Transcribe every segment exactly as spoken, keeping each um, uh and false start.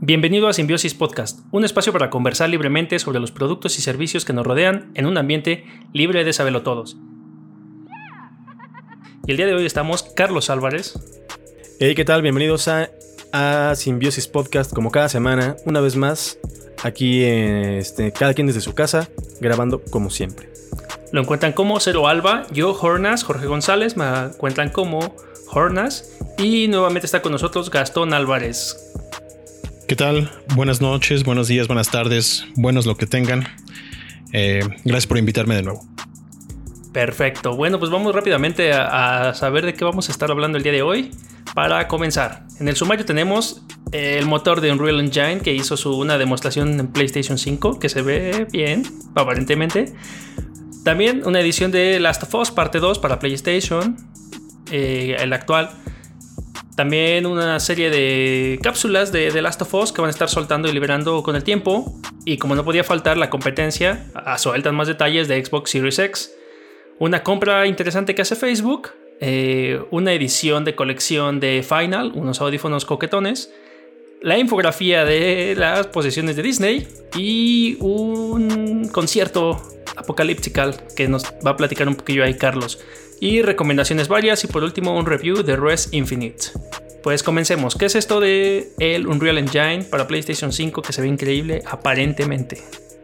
Bienvenido a Simbiosis Podcast, un espacio para conversar libremente sobre los productos y servicios que nos rodean en un ambiente libre de sabelotodos. Y el día de hoy estamos Carlos Álvarez. Hey, ¿qué tal? Bienvenidos a, a Simbiosis Podcast, como cada semana, una vez más, aquí este, cada quien desde su casa, grabando como siempre. Lo encuentran como Cero Alba, yo Hornas, Jorge González, me encuentran como Hornas, y nuevamente está con nosotros Gastón Álvarez. ¿Qué tal? Buenas noches, buenos días, buenas tardes, buenos lo que tengan. Eh, gracias por invitarme de nuevo. Perfecto. Bueno, pues vamos rápidamente a, a saber de qué vamos a estar hablando el día de hoy. Para comenzar, en el sumario tenemos el motor de Unreal Engine que hizo su, una demostración en PlayStation cinco que se ve bien, aparentemente. También una edición de Last of Us parte dos para PlayStation, eh, el actual. También una serie de cápsulas de The Last of Us que van a estar soltando y liberando con el tiempo. Y como no podía faltar, la competencia, a sueltan más detalles de Xbox Series X. Una compra interesante que hace Facebook. Eh, una edición de colección de Final, unos audífonos coquetones. La infografía de las posesiones de Disney. Y un concierto apocalíptico que nos va a platicar un poquillo ahí Carlos. Y recomendaciones varias y por último un review de Res Infinite. Pues comencemos. ¿Qué es esto de el Unreal Engine para PlayStation cinco que se ve increíble aparentemente?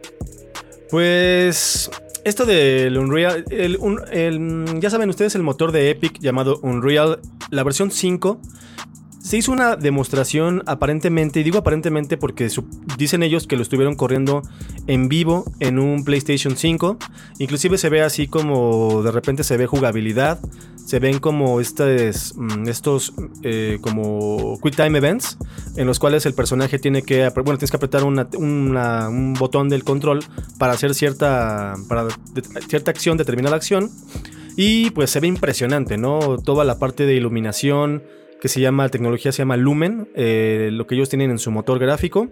Pues esto del Unreal, el, un, el, ya saben ustedes el motor de Epic llamado Unreal, la versión cinco. Se hizo una demostración aparentemente, y digo aparentemente porque su, dicen ellos que lo estuvieron corriendo en vivo en un PlayStation cinco. Inclusive se ve así como de repente se ve jugabilidad. Se ven como estos, estos eh, como Quick Time Events en los cuales el personaje tiene que, bueno, tienes que apretar una, una, un botón del control para hacer cierta, para de, cierta acción, determinada acción. Y pues se ve impresionante, ¿no? Toda la parte de iluminación que se llama, tecnología se llama Lumen, eh, lo que ellos tienen en su motor gráfico.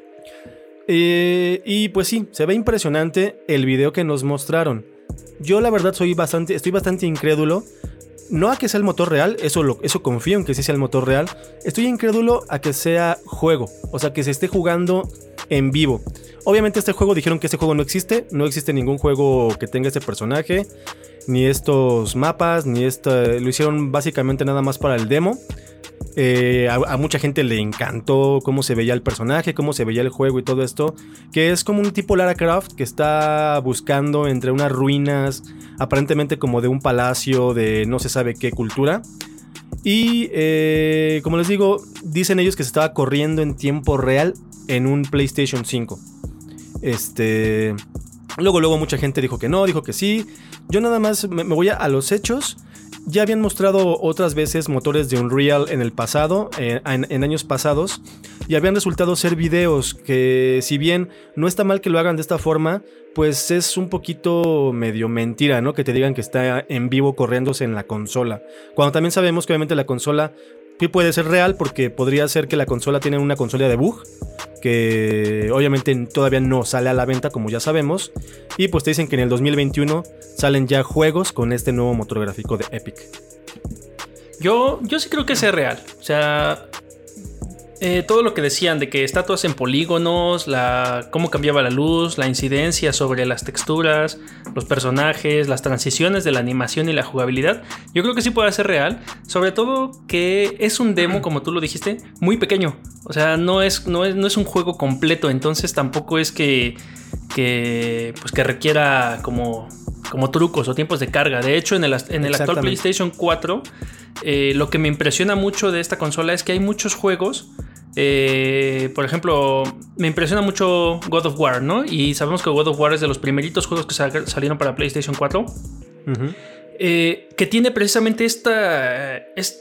Eh, y pues sí, se ve impresionante el video que nos mostraron. Yo la verdad soy bastante, estoy bastante incrédulo. No a que sea el motor real, eso, lo, eso confío en que sí sea el motor real. Estoy incrédulo a que sea juego, o sea, que se esté jugando en vivo. Obviamente este juego, dijeron que este juego no existe. No existe ningún juego que tenga este personaje, ni estos mapas, ni esta. Lo hicieron básicamente nada más para el demo. Eh, a, a mucha gente le encantó cómo se veía el personaje, cómo se veía el juego y todo esto, que es como un tipo Lara Croft que está buscando entre unas ruinas, aparentemente como de un palacio de no se sabe qué cultura. Y eh, como les digo, dicen ellos que se estaba corriendo en tiempo real en un PlayStation cinco. Este... Luego, luego mucha gente dijo que no, dijo que sí. Yo nada más me, me voy a, a los hechos. Ya habían mostrado otras veces motores de Unreal en el pasado, eh, en, en años pasados, y habían resultado ser videos que, si bien no está mal que lo hagan de esta forma, pues es un poquito medio mentira, ¿no? Que te digan que está en vivo corriéndose en la consola. Cuando también sabemos que obviamente la consola sí puede ser real, porque podría ser que la consola tiene una consola de bug, que obviamente todavía no sale a la venta, como ya sabemos. Y pues te dicen que en el dos mil veintiuno salen ya juegos con este nuevo motor gráfico de Epic. Yo, yo sí creo que sea real. O sea, eh, todo lo que decían de que estatuas en polígonos, la, cómo cambiaba la luz, la incidencia sobre las texturas, los personajes, las transiciones de la animación y la jugabilidad, yo creo que sí puede ser real. Sobre todo que es un demo, como tú lo dijiste, muy pequeño. O sea, no es, no es, no es un juego completo, entonces tampoco es que, que, pues que requiera como, como trucos o tiempos de carga. De hecho, en el, en el actual PlayStation cuatro, eh, lo que me impresiona mucho de esta consola es que hay muchos juegos. Eh, por ejemplo, me impresiona mucho God of War, ¿no? Y sabemos que God of War es de los primeritos juegos que sal- salieron para PlayStation cuatro. Uh-huh. Eh, que tiene precisamente esta,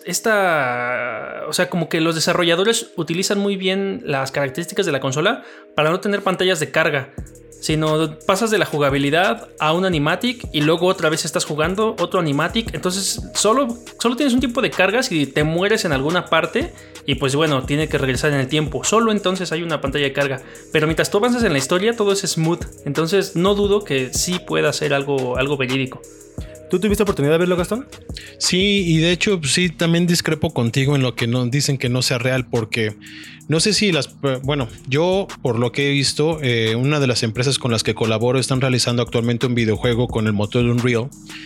esta, o sea, como que los desarrolladores utilizan muy bien las características de la consola para no tener pantallas de carga, sino pasas de la jugabilidad a un animatic y luego otra vez estás jugando otro animatic. Entonces solo, solo tienes un tiempo de carga si te mueres en alguna parte y pues bueno, tiene que regresar en el tiempo. Solo entonces hay una pantalla de carga, pero mientras tú avanzas en la historia todo es smooth. Entonces no dudo que sí pueda ser algo, algo verídico. ¿Tú tuviste oportunidad de verlo, Gastón? Sí, y de hecho sí, también discrepo contigo en lo que no, dicen que no sea real, porque no sé si las... Bueno, yo por lo que he visto, eh, una de las empresas con las que colaboro están realizando actualmente un videojuego con el motor de Unreal,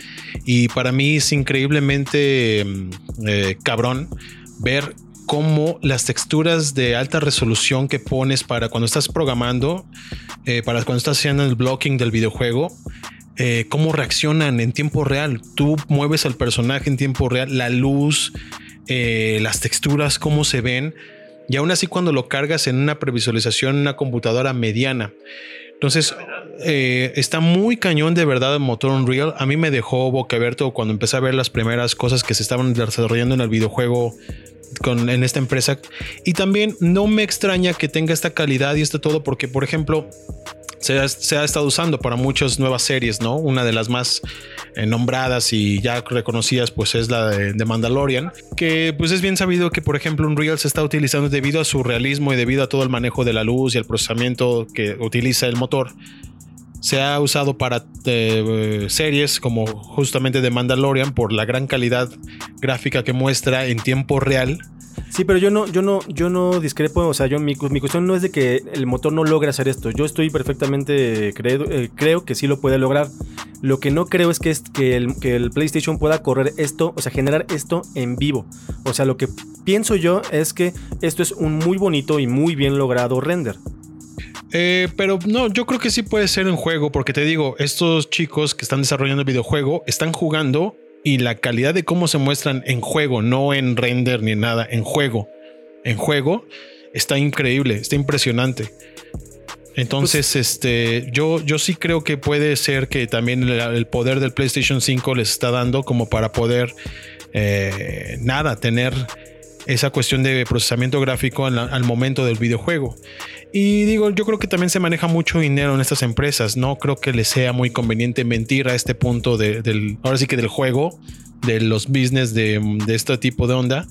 y para mí es increíblemente eh, cabrón ver cómo las texturas de alta resolución que pones para cuando estás programando, eh, para cuando estás haciendo el blocking del videojuego, eh, cómo reaccionan en tiempo real. Tú mueves al personaje en tiempo real, la luz, eh, las texturas, cómo se ven, y aún así cuando lo cargas en una previsualización en una computadora mediana. Entonces eh, está muy cañón de verdad el motor Unreal. A mí me dejó boquiabierto cuando empecé a ver las primeras cosas que se estaban desarrollando en el videojuego con, en esta empresa, y también no me extraña que tenga esta calidad y esto todo, porque por ejemplo se ha, se ha estado usando para muchas nuevas series, ¿no? Una de las más eh, nombradas y ya reconocidas pues es la de, de Mandalorian, que pues es bien sabido que por ejemplo Unreal se está utilizando debido a su realismo y debido a todo el manejo de la luz y el procesamiento que utiliza el motor. Se ha usado para eh, series como justamente de Mandalorian por la gran calidad gráfica que muestra en tiempo real. Sí, pero yo no, yo no, yo no discrepo. O sea, yo mi, mi cuestión no es de que el motor no logre hacer esto. Yo estoy perfectamente creo, eh, creo que sí lo puede lograr. Lo que no creo es que, es que, el, que el PlayStation pueda correr esto, o sea, generar esto en vivo. O sea, lo que pienso yo es que esto es un muy bonito y muy bien logrado render. Eh, pero no, yo creo que sí puede ser en juego, porque te digo, estos chicos que están desarrollando el videojuego están jugando y la calidad de cómo se muestran en juego, no en render ni nada, en juego, en juego está increíble, está impresionante. Entonces, pues, este, yo, yo sí creo que puede ser que también el, el poder del PlayStation cinco les está dando como para poder, eh, nada, tener esa cuestión de procesamiento gráfico la, al momento del videojuego. Y digo, yo creo que también se maneja mucho dinero en estas empresas. No creo que les sea muy conveniente mentir a este punto de, del, ahora sí que del juego, de los business de, de este tipo de onda.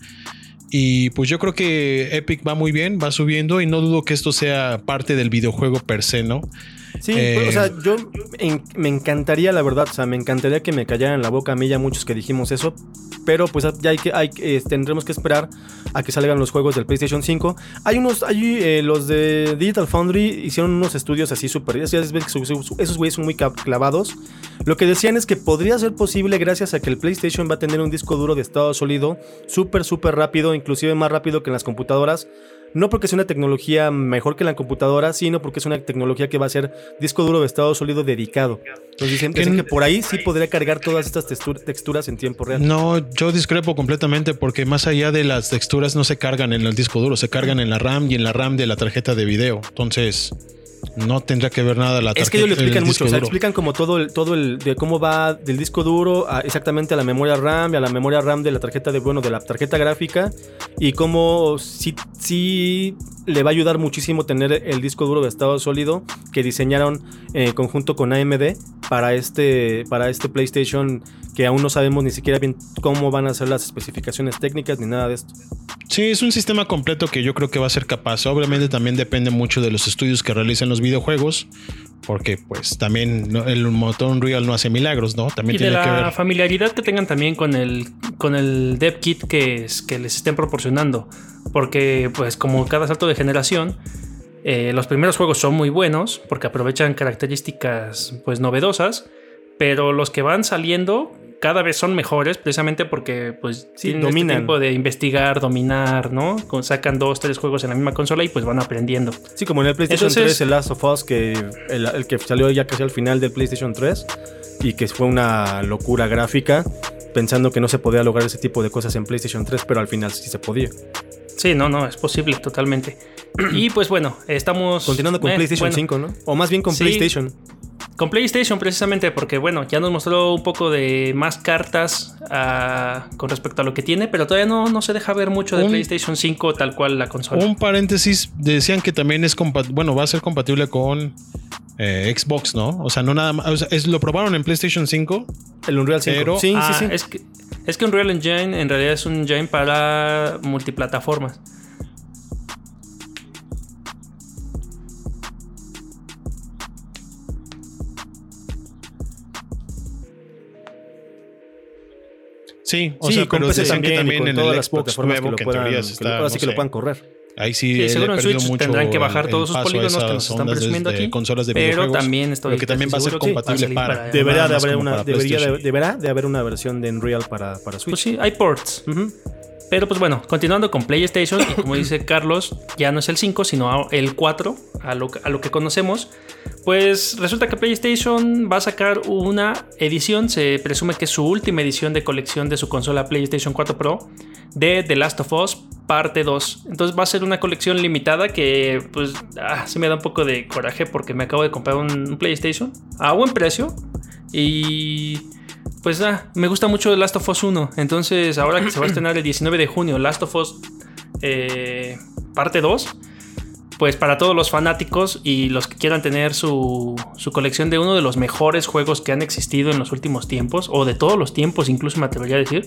Y pues yo creo que Epic va muy bien, va subiendo, y no dudo que esto sea parte del videojuego per se, ¿no? Sí, eh, o sea, yo en, me encantaría, la verdad, o sea, me encantaría que me callaran la boca a mí y a muchos que dijimos eso, pero pues ya hay que, hay, eh, tendremos que esperar a que salgan los juegos del PlayStation cinco. Hay unos, hay eh, los de Digital Foundry hicieron unos estudios así súper, esos güeyes son muy clavados. Lo que decían es que podría ser posible gracias a que el PlayStation va a tener un disco duro de estado sólido súper, súper rápido, inclusive más rápido que en las computadoras. No porque sea una tecnología mejor que la computadora, sino porque es una tecnología que va a ser disco duro de estado sólido dedicado. Entonces dicen, dicen que por ahí sí podría cargar todas estas texturas en tiempo real. No, yo discrepo completamente, porque más allá de las texturas no se cargan en el disco duro, se cargan en la RAM y en la RAM de la tarjeta de video. Entonces no tendría que ver nada la tarjeta. Es que ellos lo explican mucho, o sea, explican como todo el, todo el, de cómo va del disco duro a, exactamente a la memoria RAM y a la memoria RAM de la tarjeta de, bueno, de la tarjeta gráfica, y cómo sí, sí le va a ayudar muchísimo tener el disco duro de estado sólido que diseñaron en eh, conjunto con A M D para este, para este PlayStation, que aún no sabemos ni siquiera bien cómo van a ser las especificaciones técnicas ni nada de esto. Sí, es un sistema completo que yo creo que va a ser capaz. Obviamente también depende mucho de los estudios que realicen los videojuegos, porque pues también el motor Unreal no hace milagros, ¿no? También y tiene de la que ver familiaridad que tengan también con el, con el dev kit que, es, que les estén proporcionando, porque pues como cada salto de generación, eh, los primeros juegos son muy buenos porque aprovechan características pues novedosas, pero los que van saliendo cada vez son mejores, precisamente porque pues sí, tienen dominan. Este tiempo de investigar, dominar, ¿no? Sacan dos, tres juegos en la misma consola y pues van aprendiendo. Sí, como en el PlayStation Entonces, tres, el Last of Us, que el, el que salió ya casi al final del PlayStation tres y que fue una locura gráfica, pensando que no se podía lograr ese tipo de cosas en PlayStation tres, pero al final sí se podía. Sí, no, no, es posible totalmente. Y pues bueno, estamos... Continuando con eh, PlayStation bueno, cinco, ¿no? O más bien con sí, PlayStation. Con PlayStation precisamente porque, bueno, ya nos mostró un poco de más cartas uh, con respecto a lo que tiene, pero todavía no, no se deja ver mucho de un, PlayStation cinco tal cual la consola. Un paréntesis, decían que también es compat- bueno, va a ser compatible con eh, Xbox, ¿no? O sea, no nada más, o sea, es, lo probaron en PlayStation cinco. El Unreal cinco. Pero, sí, ah, sí, sí. Es que, es que Unreal Engine en realidad es un engine para multiplataformas. Sí, o sí, sea, con pero P C decían que también, y también con en todas el las Xbox plataformas nuevo que que lo en puedan, teoría que se lo- está, ahora sí no que lo sé, puedan correr. ahí sí, Sí, le seguro he en perdido Switch mucho tendrán que bajar el- todos el sus paso a polígonos que esas nos están ondas presumiendo de aquí. consolas de Pero videojuegos, también estoy pero que también va a casi ser seguro que va a compatible salir para, para- Debería nada de, más haber como una, para debería, de, PlayStation. deberá de haber una versión de Unreal para, para Switch. Pues sí, hay ports. Ujú. Pero pues bueno, continuando con PlayStation, y como dice Carlos, ya no es el cinco, sino el cuatro, a lo, a lo que conocemos. Pues resulta que PlayStation va a sacar una edición, se presume que es su última edición de colección de su consola PlayStation cuatro Pro, de The Last of Us parte dos. Entonces va a ser una colección limitada que pues ah, sí me da un poco de coraje porque me acabo de comprar un, un PlayStation a buen precio y... Pues ah, me gusta mucho The Last of Us uno. Entonces, ahora que se va a estrenar el diecinueve de junio, Last of Us eh, parte dos, pues para todos los fanáticos y los que quieran tener su, su colección de uno de los mejores juegos que han existido en los últimos tiempos, o de todos los tiempos, incluso me atrevería a decir,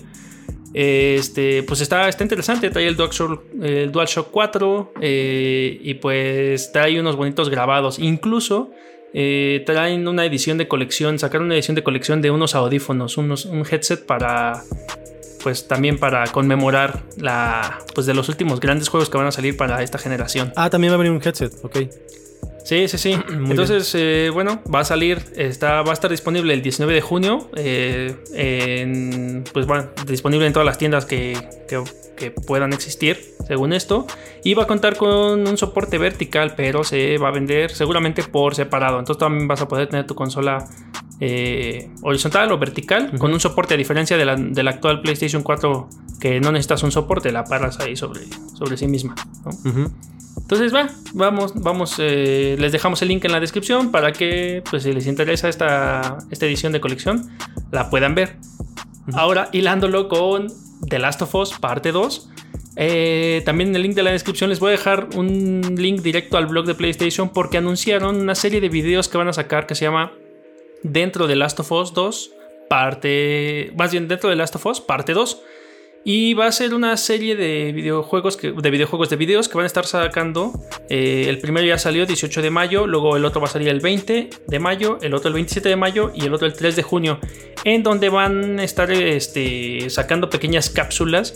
este, pues está, está interesante. Trae el DualShock, el DualShock cuatro eh, y pues trae unos bonitos grabados. Incluso Eh, traen una edición de colección, sacaron una edición de colección de unos audífonos, unos, un headset para, pues también para conmemorar la, pues de los últimos grandes juegos que van a salir para esta generación. Ah, también va a venir un headset, ok. Sí, sí, sí. Entonces, eh, bueno, va a salir, está, va a estar disponible el diecinueve de junio, eh, en, pues bueno, disponible en todas las tiendas que, que, que puedan existir, según esto, y va a contar con un soporte vertical, pero se va a vender seguramente por separado. Entonces también vas a poder tener tu consola eh, horizontal o vertical, uh-huh, con un soporte, a diferencia de la, de la actual PlayStation cuatro, que no necesitas un soporte, la paras ahí sobre, sobre sí misma, ¿no? Uh-huh. Entonces va, vamos, vamos, eh, les dejamos el link en la descripción para que, pues, si les interesa esta, esta edición de colección, la puedan ver. Uh-huh. Ahora, hilándolo con The Last of Us parte dos, eh, también en el link de la descripción les voy a dejar un link directo al blog de PlayStation, porque anunciaron una serie de videos que van a sacar que se llama Dentro de Last of Us dos parte, más bien Dentro de Last of Us parte dos. Y va a ser una serie de videojuegos, que, de videojuegos de videos que van a estar sacando. Eh, el primero ya salió dieciocho de mayo, luego el otro va a salir el veinte de mayo, el otro el veintisiete de mayo y el otro el tres de junio, en donde van a estar este, sacando pequeñas cápsulas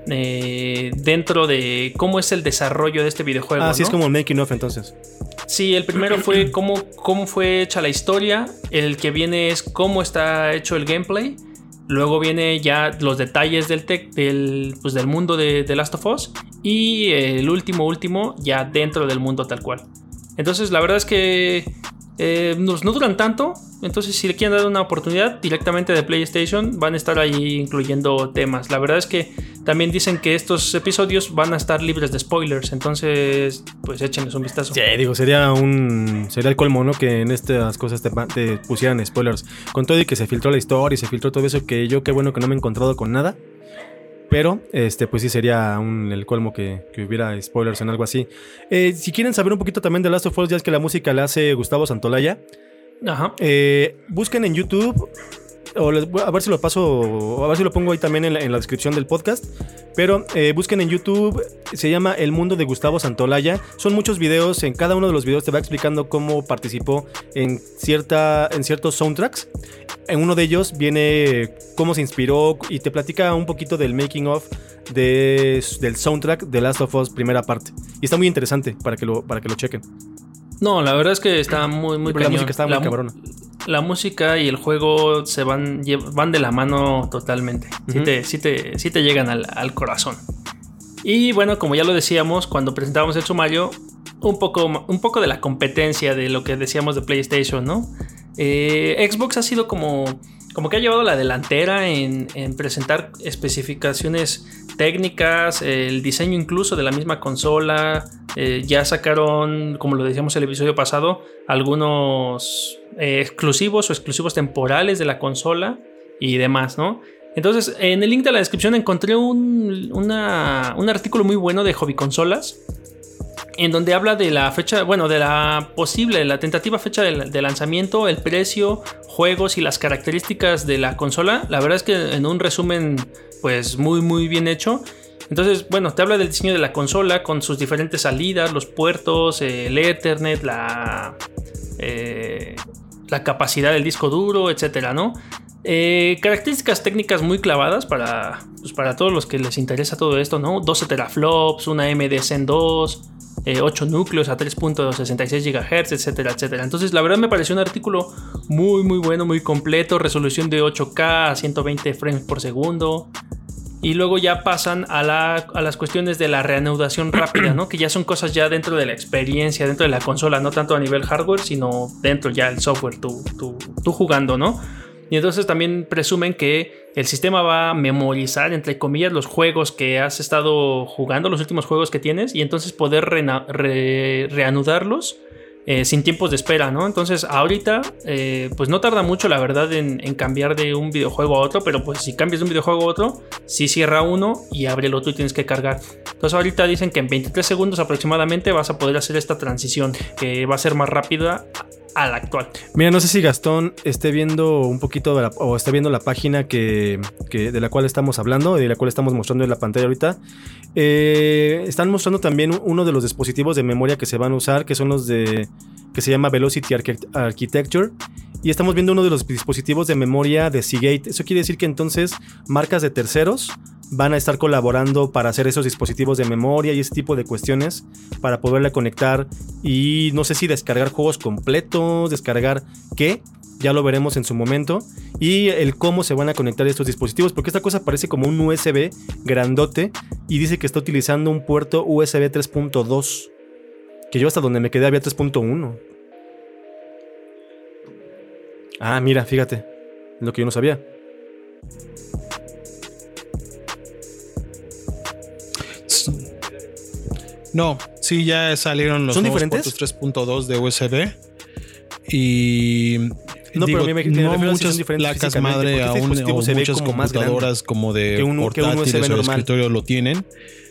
eh, dentro de cómo es el desarrollo de este videojuego. Ah, sí, ¿no? Es como el making of entonces. Sí, el primero fue cómo, cómo fue hecha la historia, el que viene es cómo está hecho el gameplay. Luego viene ya los detalles del, tech, del, pues del mundo de, de Last of Us. Y el último, último, ya dentro del mundo tal cual. Entonces la verdad es que eh, no, no duran tanto. Entonces si le quieren dar una oportunidad directamente de PlayStation, van a estar ahí incluyendo temas. La verdad es que también dicen que estos episodios van a estar libres de spoilers. Entonces pues échenles un vistazo. Sí, digo, sería un sería el colmo, ¿no? Que en estas cosas te, te pusieran spoilers. Con todo y que se filtró la historia y se filtró todo eso, que yo qué bueno que no me he encontrado con nada. Pero, este, pues sí sería un, el colmo que, que hubiera spoilers en algo así. Eh, si quieren saber un poquito también de Last of Us, ya es que la música la hace Gustavo Santolaya. Ajá. Eh, busquen en YouTube, o les, a ver si lo paso, a ver si lo pongo ahí también en la, en la descripción del podcast. Pero eh, busquen en YouTube, se llama El Mundo de Gustavo Santolaya. Son muchos videos, en cada uno de los videos te va explicando cómo participó en, cierta, en ciertos soundtracks. En uno de ellos viene cómo se inspiró y te platica un poquito del making of de, del soundtrack de Last of Us primera parte. Y está muy interesante para que lo, para que lo chequen. No, la verdad es que está muy, muy Pero la música está muy la, cabrona. La música y el juego se van, van de la mano totalmente. Uh-huh. Sí, te, sí, te, sí te llegan al, al corazón. Y bueno, como ya lo decíamos cuando presentábamos el sumario, un poco, un poco de la competencia de lo que decíamos de PlayStation, ¿no? Eh, Xbox ha sido como, como que ha llevado la delantera en, en presentar especificaciones técnicas, el diseño incluso de la misma consola. Eh, ya sacaron, como lo decíamos en el episodio pasado, algunos eh, exclusivos o exclusivos temporales de la consola y demás, ¿no? Entonces, en el link de la descripción encontré un, una, un artículo muy bueno de Hobby Consolas, en donde habla de la fecha, bueno, de la posible, la tentativa fecha de, de lanzamiento, el precio, juegos y las características de la consola. La verdad es que en un resumen, pues muy, muy bien hecho. Entonces, bueno, te habla del diseño de la consola con sus diferentes salidas, los puertos, eh, el Ethernet, la, eh, la capacidad del disco duro, etcétera, ¿no? Eh, características técnicas muy clavadas para, pues para todos los que les interesa todo esto, ¿no? doce teraflops, una A M D Zen dos, eh, ocho núcleos a tres punto sesenta y seis gigahertz, etcétera, etcétera. Entonces, la verdad me pareció un artículo muy, muy bueno, muy completo. Resolución de ocho K a ciento veinte frames por segundo. Y luego ya pasan a, la, a las cuestiones de la reanudación rápida, ¿no? Que ya son cosas ya dentro de la experiencia, dentro de la consola, no tanto a nivel hardware, sino dentro ya del software, tú, tú, tú jugando, ¿no? Y entonces también presumen que el sistema va a memorizar, entre comillas, los juegos que has estado jugando, los últimos juegos que tienes, y entonces poder re- re- reanudarlos eh, sin tiempos de espera, ¿no? Entonces ahorita, eh, pues no tarda mucho, la verdad, en, en cambiar de un videojuego a otro, pero pues si cambias de un videojuego a otro, sí cierra uno y abre el otro y tienes que cargar. Entonces ahorita dicen que en veintitrés segundos aproximadamente vas a poder hacer esta transición, que va a ser más rápida a la actual. Mira, no sé si Gastón esté viendo un poquito de la, o está viendo la página que, que de la cual estamos hablando, de la cual estamos mostrando en la pantalla ahorita. Eh, están mostrando también uno de los dispositivos de memoria que se van a usar, que son los de que se llama Velocity Architecture, y estamos viendo uno de los dispositivos de memoria de Seagate. Eso quiere decir que entonces marcas de terceros van a estar colaborando para hacer esos dispositivos de memoria y ese tipo de cuestiones para poderla conectar y no sé si descargar juegos completos, descargar qué, ya lo veremos en su momento, y el cómo se van a conectar estos dispositivos, porque esta cosa parece como un U S B grandote y dice que está utilizando un puerto U S B tres punto dos, que yo hasta donde me quedé había tres punto uno. Ah, mira, fíjate, lo que yo no sabía. No, sí, ya salieron los ¿Son nuevos diferentes? puertos tres punto dos de U S B y no, digo, pero me, me no muchas si placas madre este aún o se muchas como computadoras como de que un, portátiles que un o de escritorio lo tienen.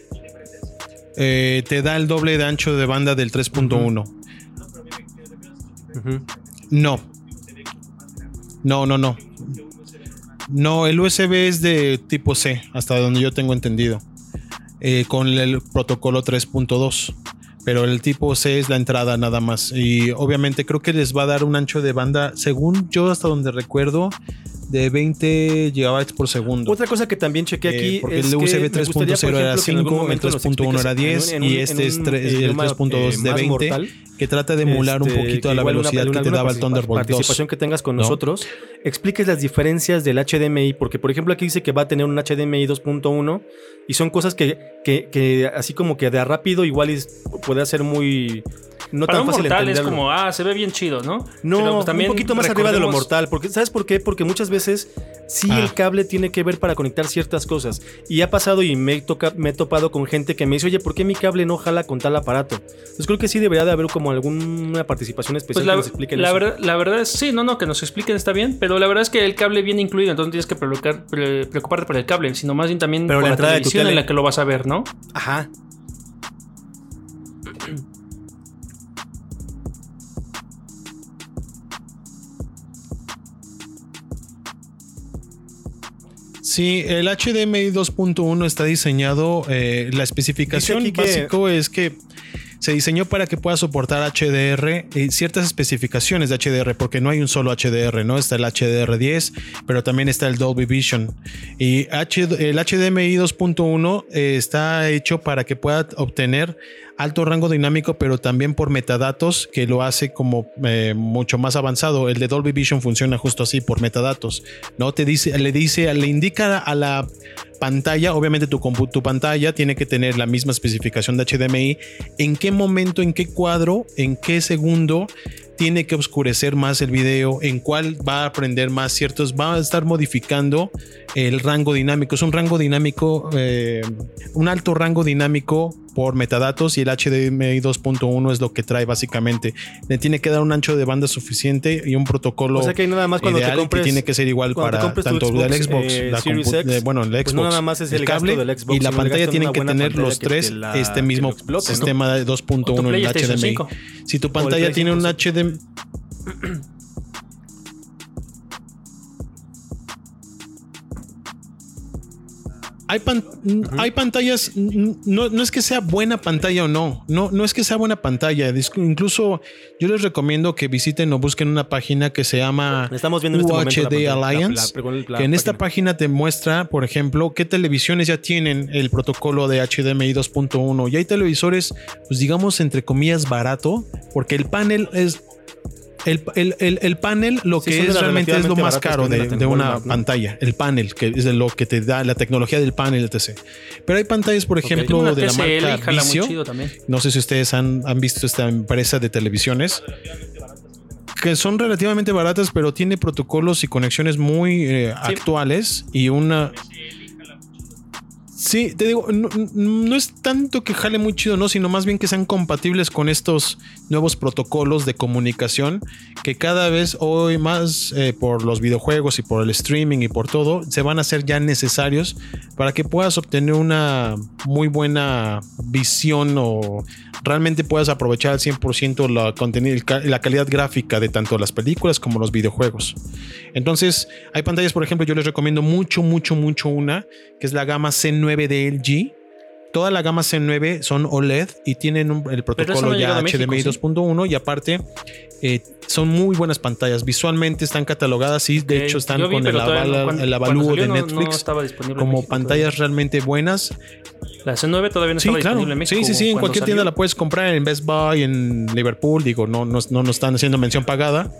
Eh, te da el doble de ancho de banda del tres punto uno. Uh-huh. No. No, no, no. No, el U S B es de tipo C, hasta donde yo tengo entendido. Eh, con el protocolo tres punto dos, pero el tipo C es la entrada nada más, y obviamente creo que les va a dar un ancho de banda, según yo hasta donde recuerdo, de veinte gigabytes por segundo. Otra cosa que también chequé aquí eh, porque es el U S B que tres punto cero era cinco, el tres punto uno era diez en un, y este en es un, tres, eh, el tres punto dos eh, de veinte mortal, que trata de emular este, un poquito a la velocidad una, que te daba el Thunderbolt participación dos. Que tengas con ¿no? nosotros, expliques las diferencias del H D M I, porque por ejemplo aquí dice que va a tener un H D M I dos punto uno y son cosas que, que, que así como que de a rápido igual puede ser muy... No Para tan un fácil mortal entenderlo. Es como, ah, se ve bien chido, ¿no? No, pero, pues, también un poquito más recordemos... arriba de lo mortal. Porque, ¿sabes por qué? Porque muchas veces sí ah. el cable tiene que ver para conectar ciertas cosas. Y ha pasado y me, toca, me he topado con gente que me dice, oye, ¿por qué mi cable no jala con tal aparato? Entonces creo que sí debería de haber como alguna participación especial pues la, que nos expliquen la eso. Verdad, la verdad es, sí, no, no, que nos expliquen está bien, pero la verdad es que el cable viene incluido, entonces tienes que preocupar, pre, preocuparte por el cable, sino más bien también pero por la, la entrada televisión de tu tele. En la que lo vas a ver, ¿no? Ajá. Sí, el H D M I dos punto uno está diseñado, eh, la especificación básico que... es que se diseñó para que pueda soportar H D R y ciertas especificaciones de H D R, porque no hay un solo H D R, ¿no? Está el H D R diez, pero también está el Dolby Vision. Y H, el H D M I dos punto uno eh, está hecho para que pueda obtener alto rango dinámico, pero también por metadatos, que lo hace como eh, mucho más avanzado. El de Dolby Vision funciona justo así, por metadatos, ¿no? Te dice, le dice, le indica a la pantalla, obviamente tu, tu pantalla tiene que tener la misma especificación de H D M I, en qué momento, en qué cuadro, en qué segundo tiene que oscurecer más el video, en cuál va a aprender más ciertos, va a estar modificando el rango dinámico. Es un rango dinámico, eh, un alto rango dinámico por metadatos, y el H D M I dos punto uno es lo que trae básicamente. Le tiene que dar un ancho de banda suficiente y un protocolo, o sea, que nada más cuando ideal te compres, que tiene que ser igual para tanto Xbox, el Xbox, eh, la X, eh, bueno, el Xbox, pues nada más es el, el cable del Xbox, y la pantalla tiene que tener los tres la, este mismo explote, sistema, ¿no? De dos punto uno en el H D M I. cinco. Si tu pantalla tiene un H D M I Hay, pan, uh-huh. hay pantallas, no, no es que sea buena pantalla o no, no, no es que sea buena pantalla. Incluso yo les recomiendo que visiten o busquen una página que se llama Estamos viendo en U H D este Alliance, la, la, la, la, que en la esta página te muestra, por ejemplo, qué televisiones ya tienen el protocolo de H D M I dos punto uno. Y hay televisores, pues digamos, entre comillas, barato, porque el panel es... El, el, el, el panel, lo sí, que es realmente es lo más caro de, de una Walmart, ¿no? pantalla. El panel, que es de lo que te da la tecnología del panel, etcétera. Pero hay pantallas, por ejemplo, okay. de la marca Vizio. No sé si ustedes han, han visto esta empresa de televisiones, que son relativamente baratas, pero tiene protocolos y conexiones muy eh, sí. actuales y una... Sí, te digo, no, no es tanto que jale muy chido, no, sino más bien que sean compatibles con estos nuevos protocolos de comunicación que cada vez hoy más eh, por los videojuegos y por el streaming y por todo se van a hacer ya necesarios para que puedas obtener una muy buena visión o realmente puedas aprovechar al cien por ciento la, contenido, la calidad gráfica de tanto las películas como los videojuegos. Entonces, hay pantallas, por ejemplo, yo les recomiendo mucho, mucho, mucho una, que es la gama C nueve de L G. Toda la gama C nueve son O L E D y tienen un, el protocolo no ya H D M I dos punto uno, ¿sí? Y aparte eh, son muy buenas pantallas. Visualmente están catalogadas, sí, de okay. hecho están vi, con el, aval, cuando, el avalúo de Netflix no, no como México, pantallas todavía. Realmente buenas. La C nueve todavía no sí, estaba claro. disponible en México. Sí, sí, sí, en cualquier salió. tienda la puedes comprar, en Best Buy, en Liverpool, digo, no, no, no nos están haciendo mención pagada.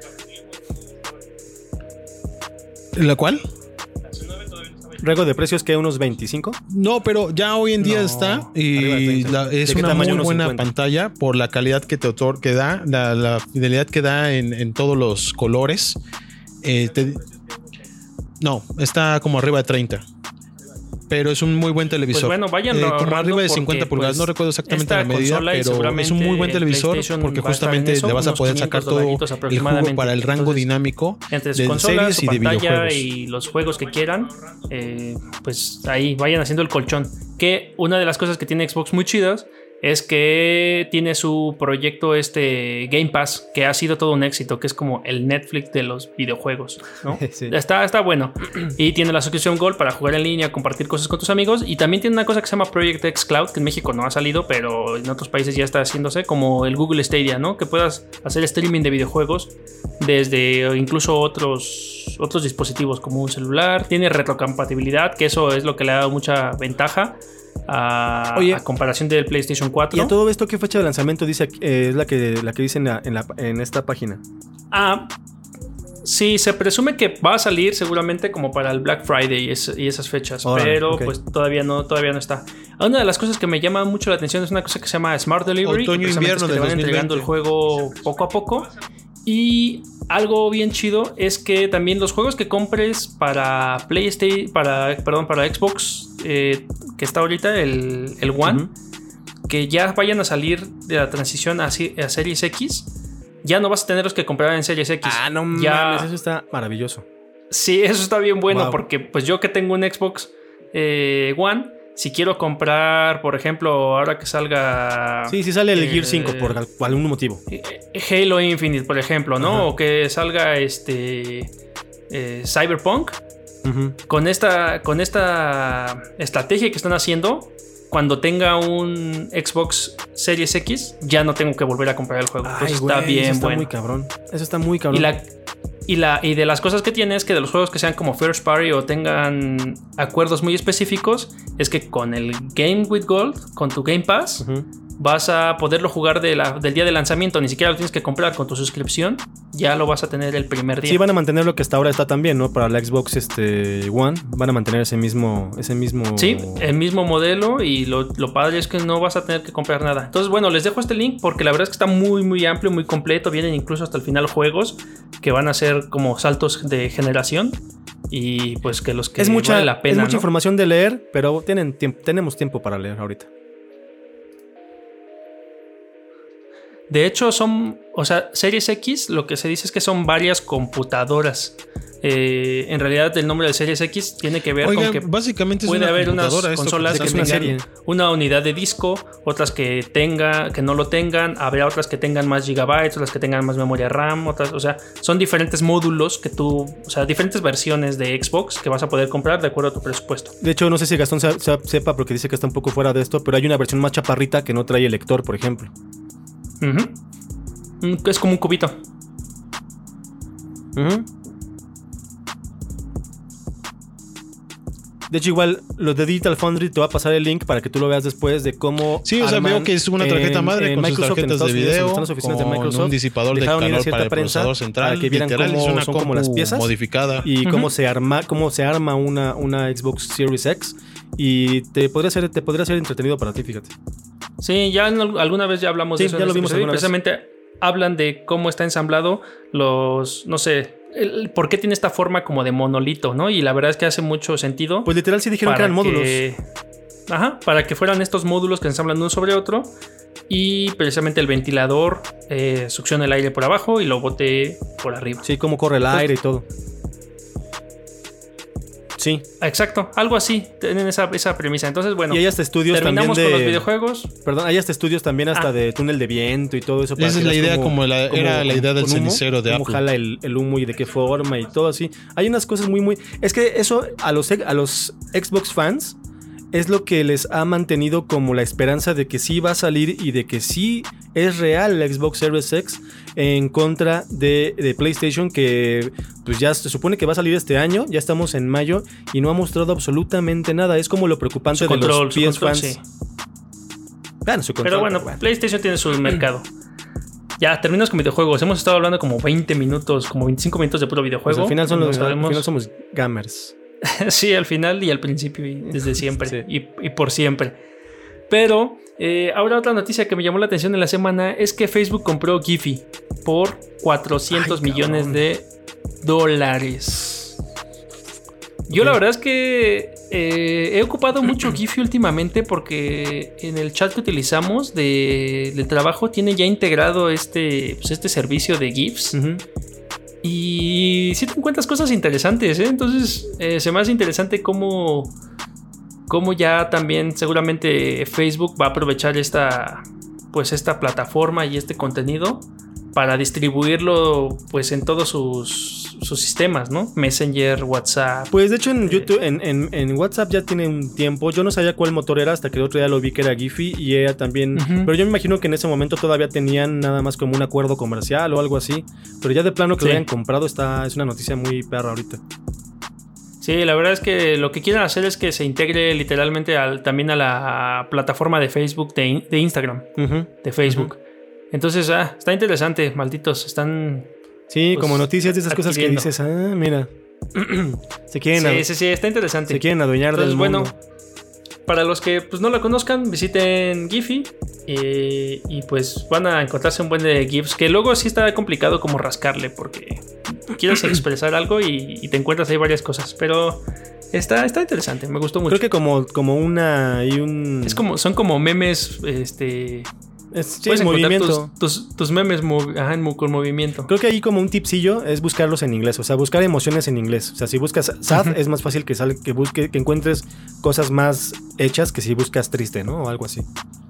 ¿La cual? ¿Rango de precios que unos veinticinco? No, pero ya hoy en día no, está y la, es una muy buena cincuenta pantalla por la calidad que te otor que da, la, la fidelidad que da en, en todos los colores. Eh, te, no, está como arriba de treinta. Pero es un muy buen televisor. Pues bueno, vayan eh, como arriba de cincuenta pulgadas, pues, no recuerdo exactamente la medida, pero es un muy buen televisor porque justamente eso, le vas a poder sacar todo el jugo para el rango Entonces, dinámico entre de consolas, series y de videojuegos. Y los juegos que quieran, eh, pues ahí vayan haciendo el colchón. Que una de las cosas que tiene Xbox muy chidas es que tiene su proyecto este Game Pass, que ha sido todo un éxito, que es como el Netflix de los videojuegos, ¿no? Sí. Está, está bueno. Y tiene la suscripción Gold para jugar en línea, compartir cosas con tus amigos. Y también tiene una cosa que se llama Project X Cloud, que en México no ha salido, pero en otros países ya está haciéndose, como el Google Stadia, ¿no? Que puedas hacer streaming de videojuegos desde incluso otros, otros dispositivos como un celular. Tiene retrocompatibilidad, que eso es lo que le ha dado mucha ventaja A, Oye, a comparación del PlayStation cuatro. ¿Y a todo esto qué fecha de lanzamiento dice eh, es la que, la que dice en, la, en, la, en esta página? Ah, sí, se presume que va a salir seguramente como para el Black Friday y, es, y esas fechas, oh, pero okay. pues todavía no, todavía no está. Una de las cosas que me llama mucho la atención es una cosa que se llama Smart Delivery. Otoño invierno que te van entregando el juego poco a poco. Y algo bien chido es que también los juegos que compres para PlayStation, para, perdón, para Xbox, eh, que está ahorita, el, el One, uh-huh. que ya vayan a salir de la transición a, a Series X, ya no vas a tenerlos que comprar en Series X. Ah, no ya, mames, eso está maravilloso. Sí, eso está bien bueno, wow. porque pues yo que tengo un Xbox eh, One, si quiero comprar, por ejemplo, ahora que salga... Sí, si sale el eh, Gear cinco por algún motivo. Halo Infinite, por ejemplo, ¿no? Ajá. O que salga este eh, Cyberpunk. Uh-huh. Con esta, con esta estrategia que están haciendo, cuando tenga un Xbox Series X, ya no tengo que volver a comprar el juego. Ay, Entonces güey, está bien eso está bueno. Muy cabrón. Eso está muy cabrón. Y la... Y, la, y de las cosas que tiene es que de los juegos que sean como First Party o tengan acuerdos muy específicos, es que con el Game with Gold, con tu Game Pass, uh-huh. vas a poderlo jugar de la, del día de lanzamiento. Ni siquiera lo tienes que comprar con tu suscripción, ya lo vas a tener el primer día. Sí, van a mantener lo que hasta ahora está también, ¿no? Para la Xbox este, One, van a mantener ese mismo, ese mismo... Sí, el mismo modelo, y lo, lo padre es que no vas a tener que comprar nada. Entonces, bueno, les dejo este link porque la verdad es que está muy, muy amplio, muy completo. Vienen incluso hasta el final juegos que van a ser como saltos de generación, y pues que los que es mucha, vale la pena, es mucha ¿no? información de leer, pero tienen tiempo, tenemos tiempo para leer ahorita. De hecho, son, o sea, Series X, lo que se dice es que son varias computadoras. Eh, en realidad, el nombre de Series X tiene que ver Oiga, con que básicamente puede es una haber unas computadora, consolas que, que que es una tengan serie. una unidad de disco, otras que tenga, que no lo tengan, habrá otras que tengan más gigabytes, otras que tengan más memoria RAM, otras, o sea, son diferentes módulos que tú, o sea, diferentes versiones de Xbox que vas a poder comprar de acuerdo a tu presupuesto. De hecho, no sé si Gastón se, se, sepa, porque dice que está un poco fuera de esto, pero hay una versión más chaparrita que no trae el lector, por ejemplo. Uh-huh. Es como un cubito. Uh-huh. De hecho, igual, los de Digital Foundry te va a pasar el link para que tú lo veas después de cómo. Sí, o sea, veo que es una tarjeta en, madre en con Microsoft, sus tarjetas de video, las oficinas de con Microsoft, un disipador de calor para el procesador central. Para que vieran literal, cómo es una son como las piezas modificada. y uh-huh. cómo se arma, cómo se arma una, una Xbox Series X. Y te podría ser, te podría ser entretenido para ti, fíjate. Sí, ya en, alguna vez ya hablamos sí, de eso. Ya lo vimos alguna precisamente vez. Hablan de cómo está ensamblado los, no sé, el, por qué tiene esta forma como de monolito, ¿no? Y la verdad es que hace mucho sentido. Pues literal sí dijeron que eran módulos. Que, ajá, para que fueran estos módulos que ensamblan uno sobre otro y precisamente el ventilador eh, succiona el aire por abajo y lo bote por arriba. Sí, cómo corre el aire y todo. Sí. Exacto, algo así, tienen esa, esa premisa. Entonces, bueno, y hay hasta estudios también de... con los videojuegos. Perdón, hay hasta estudios también hasta ah. de túnel de viento y todo eso. Para Esa es la idea, como, como la, como, era la idea del cenicero de Apple. Cómo jala el, el humo y de qué forma y todo así. Hay unas cosas muy, muy... Es que eso a los, a los Xbox fans es lo que les ha mantenido como la esperanza de que sí va a salir y de que sí es real el Xbox Series X en contra de, de PlayStation, que pues ya se supone que va a salir este año, ya estamos en mayo y no ha mostrado absolutamente nada. Es como lo preocupante su de control, los P S control, fans. Sí. Bueno, su control, pero bueno, bueno, PlayStation tiene su mercado. Ya, terminamos con videojuegos. Hemos estado hablando como veinte minutos, como veinticinco minutos de puro videojuego. Pues al final, son los, sabemos... al final somos gamers. Sí, al final y al principio y desde siempre sí. y, y por siempre. Pero eh, ahora otra noticia que me llamó la atención en la semana es que Facebook compró Giphy por cuatrocientos Ay, millones de dólares. Yo okay. la verdad es que eh, he ocupado mucho Giphy últimamente porque en el chat que utilizamos de, de trabajo tiene ya integrado este, pues este servicio de GIFs. Uh-huh. Y sí te encuentras cosas interesantes, ¿eh? Entonces eh, se me hace interesante cómo, cómo ya también seguramente Facebook va a aprovechar esta, pues esta plataforma y este contenido para distribuirlo pues en todos sus, sus sistemas, ¿no? Messenger, WhatsApp. Pues de hecho en YouTube, en, en, en WhatsApp ya tiene un tiempo. Yo no sabía cuál motor era hasta que el otro día lo vi que era Giphy y ella también. Uh-huh. Pero yo me imagino que en ese momento todavía tenían nada más como un acuerdo comercial o algo así. Pero ya de plano que sí. lo hayan comprado está, es una noticia muy perra ahorita. Sí, la verdad es que lo que quieren hacer es que se integre literalmente al, también a la plataforma de Facebook, de, de Instagram, uh-huh. de Facebook. Uh-huh. Entonces, ah, está interesante, malditos, están... Sí, pues, como noticias de esas adquiriendo. Cosas que dices, ah, mira, se quieren... Sí, ad- sí, sí, está interesante. Se quieren adueñar Entonces, del bueno, mundo. Para los que pues no la conozcan, visiten Giphy eh, y pues van a encontrarse un buen de GIFs, que luego sí está complicado como rascarle porque quieres expresar algo y, y te encuentras ahí varias cosas, pero... Está, está interesante, me gustó mucho. Creo que como, como una... Y un... Es como, son como memes, este... Es, sí, es movimiento. Tus, tus, tus memes movi- ajá, con movimiento. Creo que ahí como un tipsillo es buscarlos en inglés. O sea, buscar emociones en inglés. O sea, si buscas sad, uh-huh. es más fácil que, sale, que, busque, que encuentres cosas más hechas que si buscas triste, ¿no? O algo así.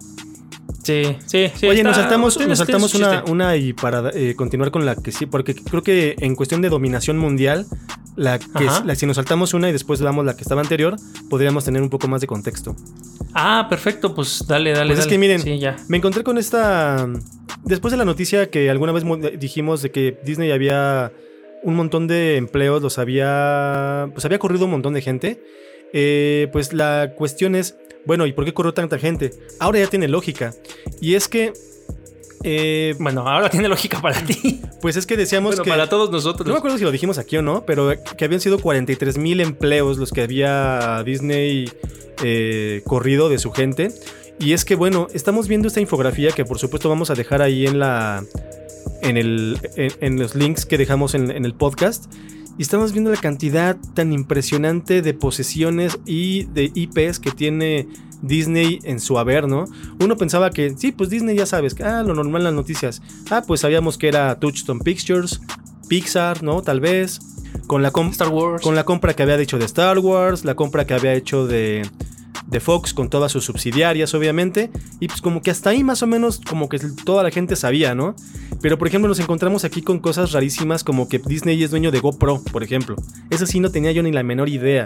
Sí, sí, sí. Oye, está, nos saltamos, tienes, nos saltamos tienes una, una y para eh, continuar con la que sí, porque creo que en cuestión de dominación mundial, la que es, la, si nos saltamos una y después damos la que estaba anterior, podríamos tener un poco más de contexto. Ah, perfecto, pues dale, dale. Pues dale. es que miren, sí, ya. me encontré con esta... Después de la noticia que alguna vez dijimos de que Disney había un montón de empleos, los había... Pues había corrido un montón de gente. Eh, pues la cuestión es... Bueno, ¿y por qué corrió tanta gente? Ahora ya tiene lógica. Y es que... Eh, bueno, ahora tiene lógica para ti. Pues es que decíamos bueno, que... para todos nosotros. No me acuerdo si lo dijimos aquí o no, pero que habían sido cuarenta y tres mil empleos los que había Disney eh, corrido de su gente. Y es que, bueno, estamos viendo esta infografía que por supuesto vamos a dejar ahí en la... En, el, en, en los links que dejamos en, en el podcast. y estamos viendo la cantidad tan impresionante de posesiones y de I Pes que tiene Disney en su haber, ¿no? Uno pensaba que, sí, pues Disney ya sabes, ah, lo normal en las noticias. Ah, pues sabíamos que era Touchstone Pictures, Pixar, ¿no? Tal vez. Con la, com- Star Wars. con la compra que había hecho de Star Wars, la compra que había hecho de, de Fox con todas sus subsidiarias, obviamente. Y pues como que hasta ahí más o menos como que toda la gente sabía, ¿no? Pero por ejemplo nos encontramos aquí con cosas rarísimas como que Disney es dueño de GoPro, por ejemplo. Eso sí no tenía yo ni la menor idea.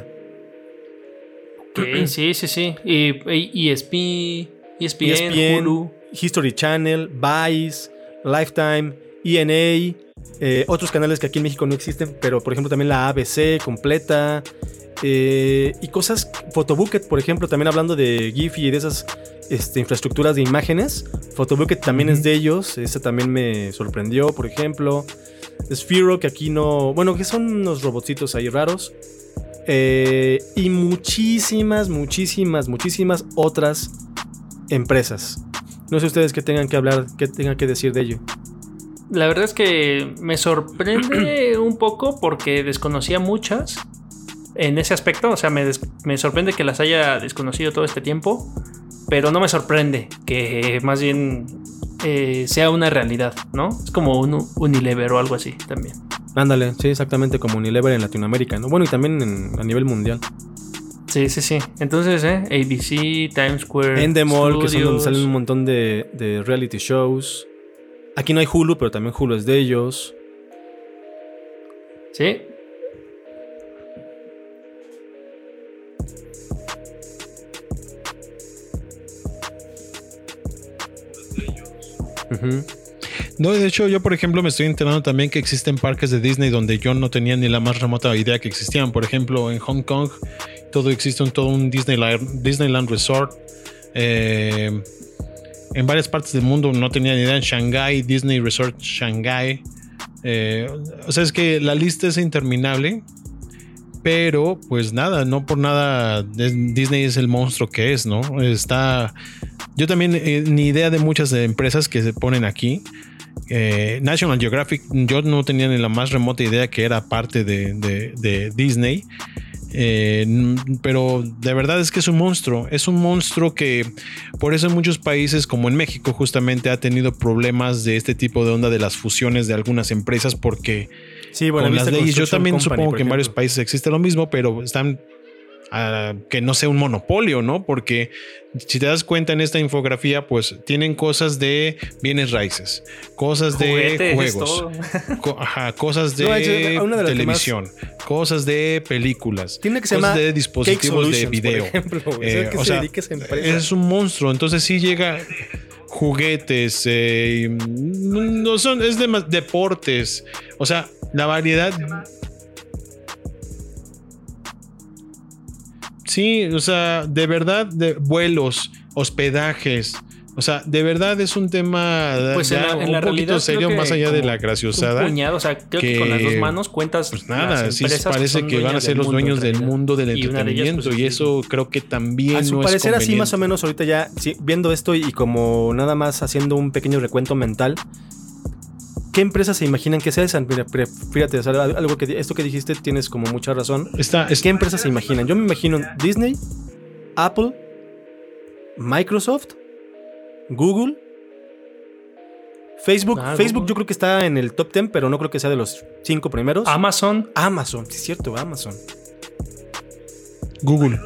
Okay, sí, sí, sí. Y, y E S P N, E S P N, E S P N, Hulu, History Channel, Vice, Lifetime, E N A, eh, otros canales que aquí en México no existen, pero por ejemplo también la A B C completa, eh, y cosas, Photobucket, por ejemplo, también hablando de Giphy y de esas este, infraestructuras de imágenes. Photobucket también uh-huh. es de ellos, ese también me sorprendió, por ejemplo. Sphero, que aquí no, bueno, que son unos robotcitos ahí raros. Eh, y muchísimas, muchísimas, muchísimas otras empresas. No sé ustedes qué tengan que hablar, qué tengan que decir de ello. La verdad es que me sorprende un poco porque desconocía muchas en ese aspecto. O sea, me, des- me sorprende que las haya desconocido todo este tiempo, pero no me sorprende que más bien eh, sea una realidad, ¿no? Es como un Unilever o algo así también. Ándale, sí, exactamente como Unilever en Latinoamérica, ¿no? Bueno, y también en, a nivel mundial. Sí, sí, sí. Entonces, ¿eh? A B C, Times Square, Endemol, que son donde Studios. salen un montón de, de reality shows. Aquí no hay Hulu, pero también Hulu es de ellos. Sí. Uh-huh. No, de hecho, yo por ejemplo me estoy enterando también que existen parques de Disney donde yo no tenía ni la más remota idea que existían. Por ejemplo, en Hong Kong todo existe un, todo un Disneyland, Disneyland Resort. Eh, en varias partes del mundo no tenía ni idea. En Shanghai, Disney Resort Shanghai. Eh, o sea, es que la lista es interminable. Pero pues nada, no por nada Disney es el monstruo que es, ¿no? Está... Yo también eh, ni idea de muchas empresas que se ponen aquí. Eh, National Geographic, yo no tenía ni la más remota idea que era parte de, de, de Disney. Eh, pero de verdad es que es un monstruo. Es un monstruo que por eso en muchos países, como en México justamente, ha tenido problemas de este tipo de onda de las fusiones de algunas empresas porque sí, bueno, con las leyes, yo también Company, supongo que en ejemplo. varios países existe lo mismo, pero están Uh, que no sea un monopolio, ¿no? Porque si te das cuenta en esta infografía, pues tienen cosas de bienes raíces, cosas Juguetes, de juegos, co- ajá, cosas de, no, una de las televisión, más... cosas de películas, tiene que se cosas llama de dispositivos de video. Por ejemplo, eh, o sea, es un monstruo. Entonces sí llega juguetes, eh, no son, es de deportes, o sea, la variedad. Sí, o sea, de verdad, de vuelos, hospedajes, o sea, de verdad es un tema pues ya en la, en un la poquito serio, más allá de la graciosada. Un puñado, o sea, creo que, que con las dos manos cuentas. Pues nada, sí parece que, que van a ser los dueños del mundo del y entretenimiento ellas, pues, y eso sí. Creo que también a su no parecer es así más o menos ahorita ya sí, viendo esto y como nada más haciendo un pequeño recuento mental. ¿Qué empresas se imaginan que sea esa? Fíjate, o sea, algo que esto que dijiste tienes como mucha razón. Está, es... ¿Qué empresas se imaginan? Yo me imagino Disney, Apple, Microsoft, Google, Facebook. Ah, Facebook Google. Yo creo que está en el top diez, pero no creo que sea de los cinco primeros. Amazon. Amazon, sí es cierto, Amazon. Google.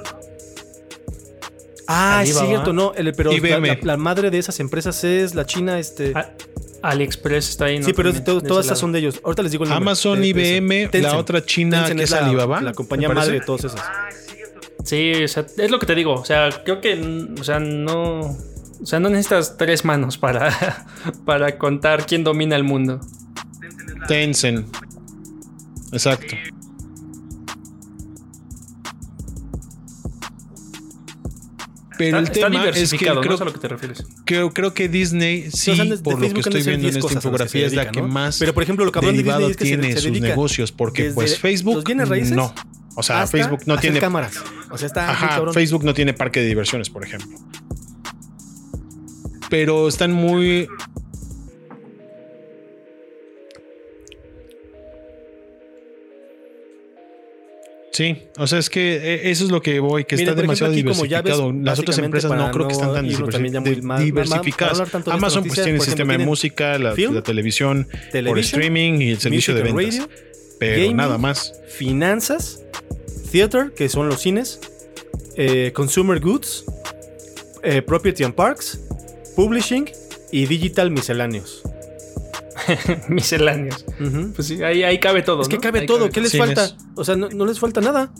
Ah, es cierto, no, el, pero la, la, la madre de esas empresas es la China, este... Ah. AliExpress está ahí, ¿no? Sí, pero también, todo, todas esas son de ellos. Ahorita les digo el nombre. Amazon, I B M, Tencent. La otra china Tencent que es Alibaba. La, la compañía madre de todas esas. Sí, o sea, es lo que te digo. O sea, creo que, o sea, no, o sea, no necesitas tres manos para, para contar quién domina el mundo. Tencent. Exacto. Pero está, el tema es que creo, ¿no? Es a lo que te refieres. Creo, creo que Disney sí, o sea, de, por de lo que estoy viendo en esta infografía, es la que ¿no? más pero por ejemplo, lo cabrón de Disney es que tiene se, se sus negocios, porque pues Facebook no. O sea, Facebook no tiene cámaras. O sea, está Ajá, Facebook no tiene parque de diversiones, por ejemplo. Pero están muy Sí, o sea, es que eso es lo que voy, que Miren, está demasiado ejemplo, aquí, diversificado. ves, Las otras empresas no creo que están tan diversi- más, diversificadas. De Amazon pues tiene el sistema de música, la, film, la televisión por streaming y el servicio de ventas. Radio, pero gaming, nada más. Finanzas, theater, que son los cines, eh, consumer goods, eh, property and parks, publishing y digital misceláneos. Misceláneos. Uh-huh. Pues sí, ahí, ahí cabe todo. Es que ¿no? cabe ahí todo. Cabe ¿Qué les falta? O sea, no, no les falta nada.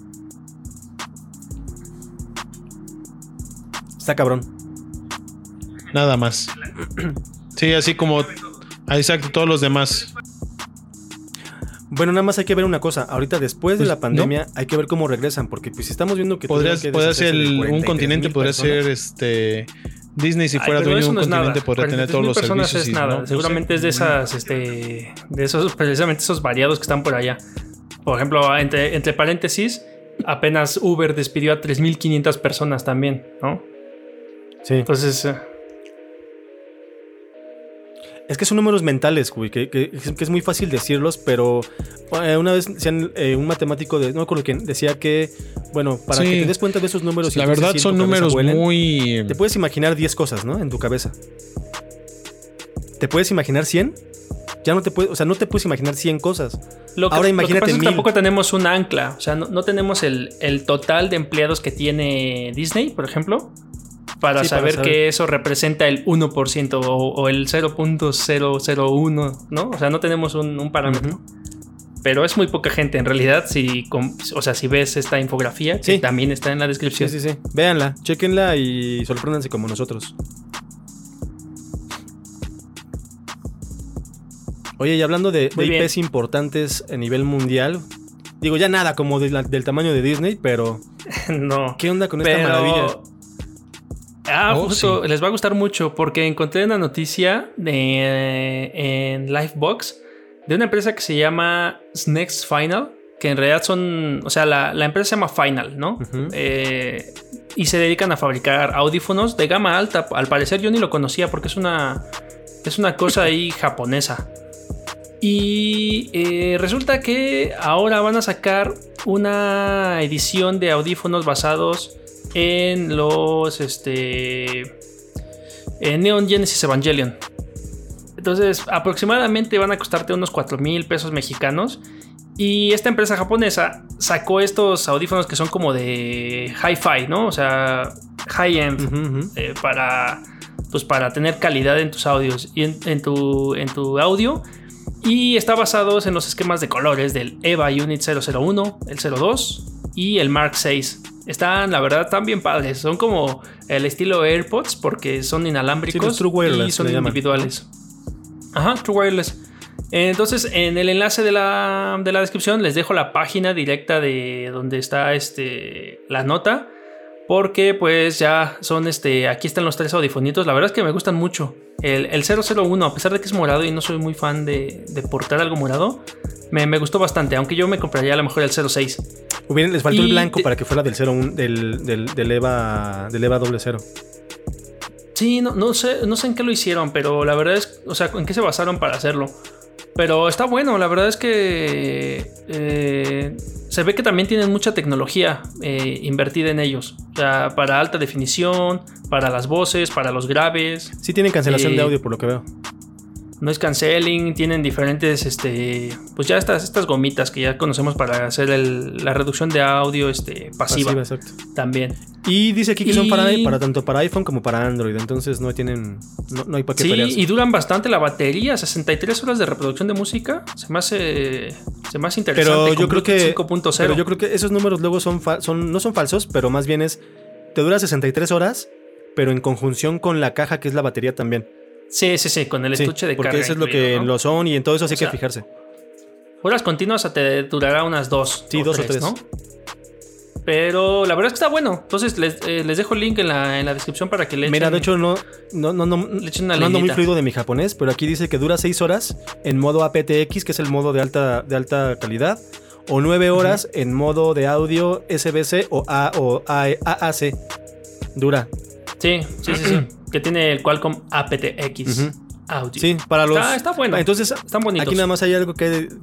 Está cabrón. Nada más. Sí, así como. Exacto, todos los demás. Bueno, nada más hay que ver una cosa. Ahorita, después de pues, la pandemia, ¿no? Hay que ver cómo regresan. Porque pues si estamos viendo que... Podría ser un continente, podría ser este... Disney, si fuera dueño de un no continente, nada. Podría tener todos los servicios. Es y, nada. ¿no? Seguramente no sé. Es de esas, este, de esos, precisamente esos variados que están por allá. Por ejemplo, entre, entre paréntesis, apenas Uber despidió a tres mil quinientas personas también, ¿no? Sí. Entonces... Eh, es que son números mentales, güey, que, que, que es muy fácil decirlos, pero eh, una vez decían, eh, un matemático, de, no con lo que decía que, bueno, para sí. que te des cuenta de esos números... La verdad son números vuelen, muy... Te puedes imaginar diez cosas, ¿no? En tu cabeza. ¿Te puedes imaginar cien? Ya no te puedes, o sea, no te puedes imaginar cien cosas. Lo que, Ahora imagínate lo que pasa mil. Es que tampoco tenemos un ancla, o sea, no, no tenemos el, el total de empleados que tiene Disney, por ejemplo... Para, sí, saber para saber que eso representa el uno por ciento o, o el cero punto cero cero uno, ¿no? O sea, no tenemos un, un parámetro. Uh-huh. Pero es muy poca gente en realidad. Si, o sea, si ves esta infografía, sí. Que también está en la descripción. Sí, sí, sí. Véanla, chéquenla y sorpréndanse como nosotros. Oye, y hablando de, de I Pes importantes a nivel mundial, digo, ya nada como de la, del tamaño de Disney, pero... no. ¿Qué onda con pero... esta maravilla? Ah, oh, justo, sí. Les va a gustar mucho porque encontré una noticia de, en Livebox de una empresa que se llama Next Final, que en realidad son, o sea, la, la empresa se llama Final, ¿no? Uh-huh. Eh, y se dedican a fabricar audífonos de gama alta. Al parecer yo ni lo conocía porque es una, es una cosa ahí japonesa. Y eh, resulta que ahora van a sacar una edición de audífonos basados en los este en Neon Genesis Evangelion. Entonces aproximadamente van a costarte unos cuatro mil pesos mexicanos. Y esta empresa japonesa sacó estos audífonos que son como de hi-fi, ¿no? O sea, high-end, uh-huh, uh-huh. Eh, para, pues para tener calidad en tus audios y en, en, tu, en tu audio. Y está basados en los esquemas de colores del EVA Unit cero cero uno, el cero dos y el Mark seis. Están, la verdad, tan bien padres. Son como el estilo AirPods porque son inalámbricos, sí, y son individuales. Ajá, True Wireless. Entonces, en el enlace de la, de la descripción les dejo la página directa de donde está este, la nota. Porque pues ya son este... Aquí están los tres audifonitos. La verdad es que me gustan mucho. El, el cero cero uno, a pesar de que es morado y no soy muy fan de, de portar algo morado, me, me gustó bastante. Aunque yo me compraría a lo mejor el cero seis. Hubieran, les faltó y el blanco te... para que fuera del cero uno, del, del, del EVA del EVA doble cero. Sí, no, no sé, no sé en qué lo hicieron, pero la verdad es... O sea, en qué se basaron para hacerlo. Pero está bueno, la verdad es que eh, se ve que también tienen mucha tecnología eh, invertida en ellos. O sea, para alta definición, para las voces, para los graves. Sí tienen cancelación eh, de audio por lo que veo. Noise cancelling, tienen diferentes, este, pues ya estas, estas gomitas que ya conocemos para hacer el, la reducción de audio este, pasiva. Pasiva, exacto. También. Y dice aquí que y... son para, para tanto para iPhone como para Android, entonces no tienen, no, no hay para qué sí, pelearse. Y duran bastante la batería, sesenta y tres horas de reproducción de música, se me hace, se me hace interesante. Pero yo creo que cinco punto cero. Pero yo creo que esos números luego son, fa- son no son falsos, pero más bien es, te dura sesenta y tres horas, pero en conjunción con la caja que es la batería también. Sí, sí, sí, con el sí, estuche de porque carga. Porque eso es lo que ¿no? lo son y en todo eso sí hay que fijarse. Horas continuas te durará unas dos. Sí, o dos tres, o tres. ¿no? Pero la verdad es que está bueno. Entonces les, eh, les dejo el link en la, en la descripción para que le echen. Mira, de hecho no, no, no, no, le echen una no ando muy fluido de mi japonés, pero aquí dice que dura seis horas en modo A P T X, que es el modo de alta, de alta calidad, o nueve horas uh-huh. en modo de audio S B C o, A, o A A C. Dura. Sí, sí, sí, sí. Que tiene el Qualcomm A P T X. Uh-huh. Audio. Sí, para los... Está, está bueno. Entonces, están bonitos. Aquí nada más hay algo que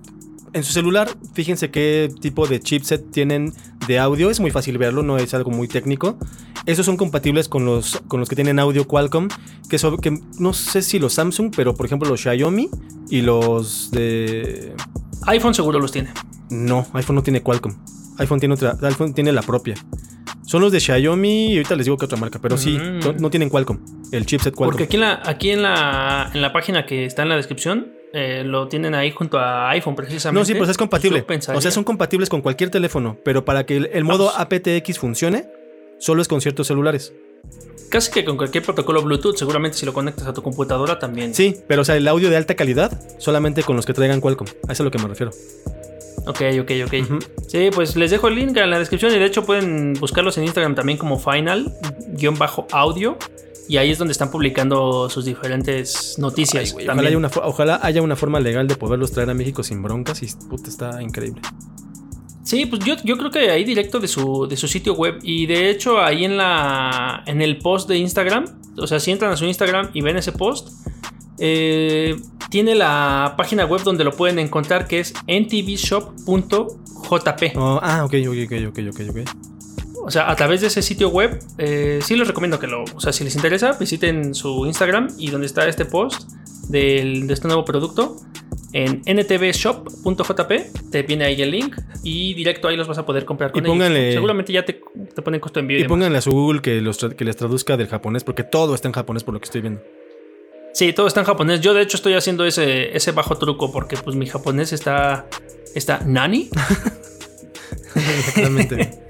en su celular, fíjense qué tipo de chipset tienen de audio. Es muy fácil verlo, no es algo muy técnico. Esos son compatibles con los, con los que tienen audio Qualcomm, que, son, que no sé si los Samsung, pero por ejemplo los Xiaomi y los de... iPhone seguro los tiene. No, iPhone no tiene Qualcomm. iPhone tiene otra, iPhone tiene la propia. Son los de Xiaomi y ahorita les digo que otra marca, pero sí, Mm. no, no tienen Qualcomm, el chipset Qualcomm. Porque aquí en la, aquí en la, en la página que está en la descripción, eh, lo tienen ahí junto a iPhone precisamente. No, sí, pues es compatible. Yo pensaría- O sea, son compatibles con cualquier teléfono, pero para que el, el modo Vamos. A P T X funcione, solo es con ciertos celulares. Casi que con cualquier protocolo Bluetooth, seguramente si lo conectas a tu computadora también. Sí, pero o sea, el audio de alta calidad, solamente con los que traigan Qualcomm. A eso es a lo que me refiero. Ok, ok, ok. Ujú. Sí, pues les dejo el link en la descripción y de hecho pueden buscarlos en Instagram también como Final-audio y ahí es donde están publicando sus diferentes noticias. Ay, güey, también. ojalá, haya una, fo- ojalá haya una forma legal de poderlos traer a México sin broncas y puta, está increíble. Sí, pues yo, yo creo que ahí directo de su, de su sitio web y de hecho ahí en, la, en el post de Instagram, o sea, si entran a su Instagram y ven ese post, eh, tiene la página web donde lo pueden encontrar que es n t v shop punto j p. Oh, ah, ok, ok, ok, ok, ok, ok. O sea, a través de ese sitio web, eh, sí les recomiendo que lo, o sea, si les interesa, visiten su Instagram y donde está este post del, de este nuevo producto. En n t v shop punto j p te viene ahí el link y directo ahí los vas a poder comprar con Y pónganle- ellos. Seguramente ya te, te ponen costo de envío. Y Y demás. pónganle a su Google que, los tra- que les traduzca del japonés, porque todo está en japonés por lo que estoy viendo. Sí, todo está en japonés. Yo de hecho estoy haciendo ese, ese bajo truco porque pues mi japonés está... está ¿Nani? Exactamente.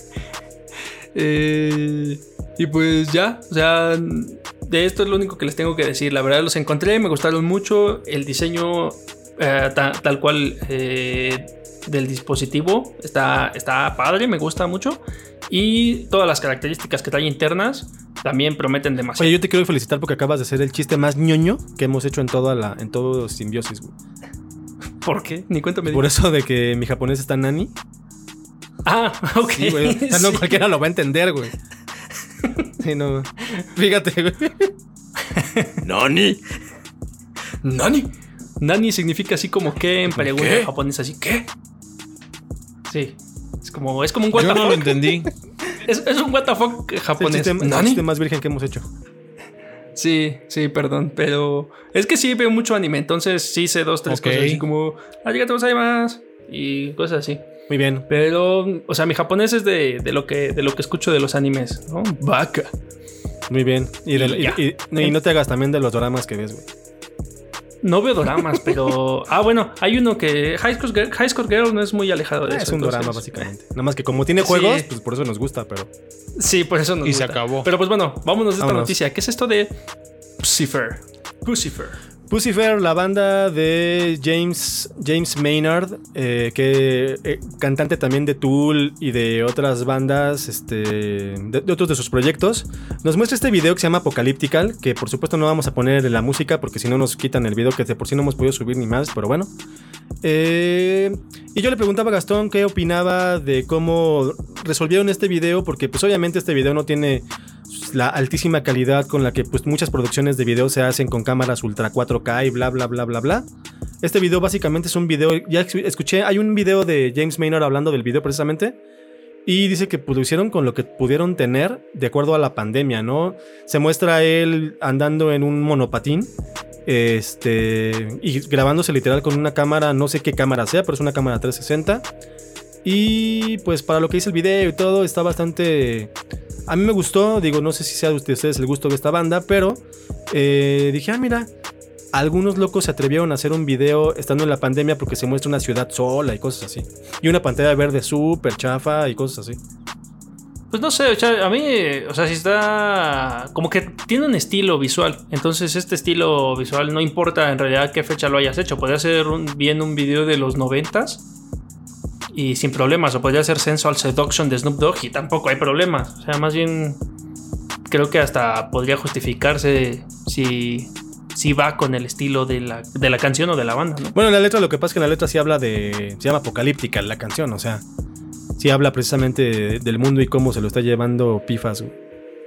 Eh, y pues ya, o sea, de esto es lo único que les tengo que decir. La verdad los encontré, me gustaron mucho. El diseño eh, ta- tal cual eh, del dispositivo está, está padre, me gusta mucho. Y todas las características que trae internas también prometen demasiado. Oye, yo te quiero felicitar porque acabas de hacer el chiste más ñoño que hemos hecho en toda la, en todo Simbiosis, güey. ¿Por qué? Ni cuenta me Por di. eso de que mi japonés está nani. Ah, ok. Sí, güey. O sea, no Sí. cualquiera lo va a entender, güey. Sí, no. Fíjate, güey. Nani. Nani. Nani significa así como que en pregunta ¿Qué? en japonés, así ¿qué? Sí. Es como, es como un what Yo the no lo fuck. entendí. Es, es un what the fuck Es el japonés. chiste, el ¿Nani? chiste más virgen que hemos hecho. Sí, sí, perdón, pero es que sí veo mucho anime, entonces sí sé dos, tres Ok. cosas así como arigatou gozaimasu y cosas así. Muy bien. Pero, o sea, mi japonés es de, de lo que de lo que escucho de los animes, ¿no? Vaca. Muy bien. Y, de- Y ya. y- y- no, y no te hagas también de los dramas que ves, güey. No veo doramas, pero ah, bueno, hay uno que High School Girl, High School Girl no es muy alejado de Ah, eso. es un entonces- drama, básicamente. Nada más que como tiene Sí. juegos, pues por eso nos gusta, pero. Sí, por eso nos Y se gusta. acabó. Pero pues bueno, vámonos de esta Vámonos. noticia. ¿Qué es esto de Pucifer? Pucifer. Pucifer, la banda de James, James Maynard, eh, que eh, cantante también de Tool y de otras bandas, este, de, de otros de sus proyectos, nos muestra este video que se llama Apocalyptical, que por supuesto no vamos a poner en la música porque si no nos quitan el video que de por sí no hemos podido subir ni más, pero bueno. Eh, y yo le preguntaba a Gastón qué opinaba de cómo resolvieron este video, porque pues obviamente este video no tiene la altísima calidad con la que pues muchas producciones de video se hacen con cámaras ultra cuatro K y bla bla bla bla bla. Este video básicamente es un video, ya escuché, hay un video de James Maynard hablando del video precisamente y dice que pues, lo hicieron con lo que pudieron tener de acuerdo a la pandemia, ¿no? Se muestra él andando en un monopatín, este, y grabándose literal con una cámara, no sé qué cámara sea, pero es una cámara trescientos sesenta. Y pues para lo que hice el video y todo está bastante... A mí me gustó, digo, no sé si sea de ustedes el gusto de esta banda, pero eh, dije, ah, mira, algunos locos se atrevieron a hacer un video estando en la pandemia porque se muestra una ciudad sola y cosas así. Y una pantalla verde súper chafa y cosas así. Pues no sé, o sea, a mí, o sea, si está como que tiene un estilo visual. Entonces este estilo visual no importa en realidad qué fecha lo hayas hecho. Podría ser un, bien un video de los noventas y sin problemas. O podría ser Sensual Seduction de Snoop Dogg y tampoco hay problemas. O sea, más bien creo que hasta podría justificarse si, si va con el estilo de la, de la canción o de la banda, ¿no? Bueno, la letra, lo que pasa es que en la letra sí habla de... Se llama Apocalíptica la canción, o sea... Sí habla precisamente del mundo y cómo se lo está llevando Pifas, güey.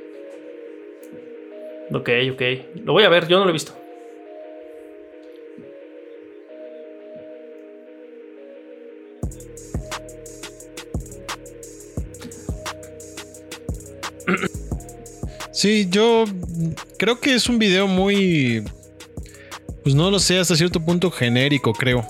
Ok, ok. Lo voy a ver, yo no lo he visto. Sí, yo creo que es un video muy, pues no lo sé, hasta cierto punto genérico, creo.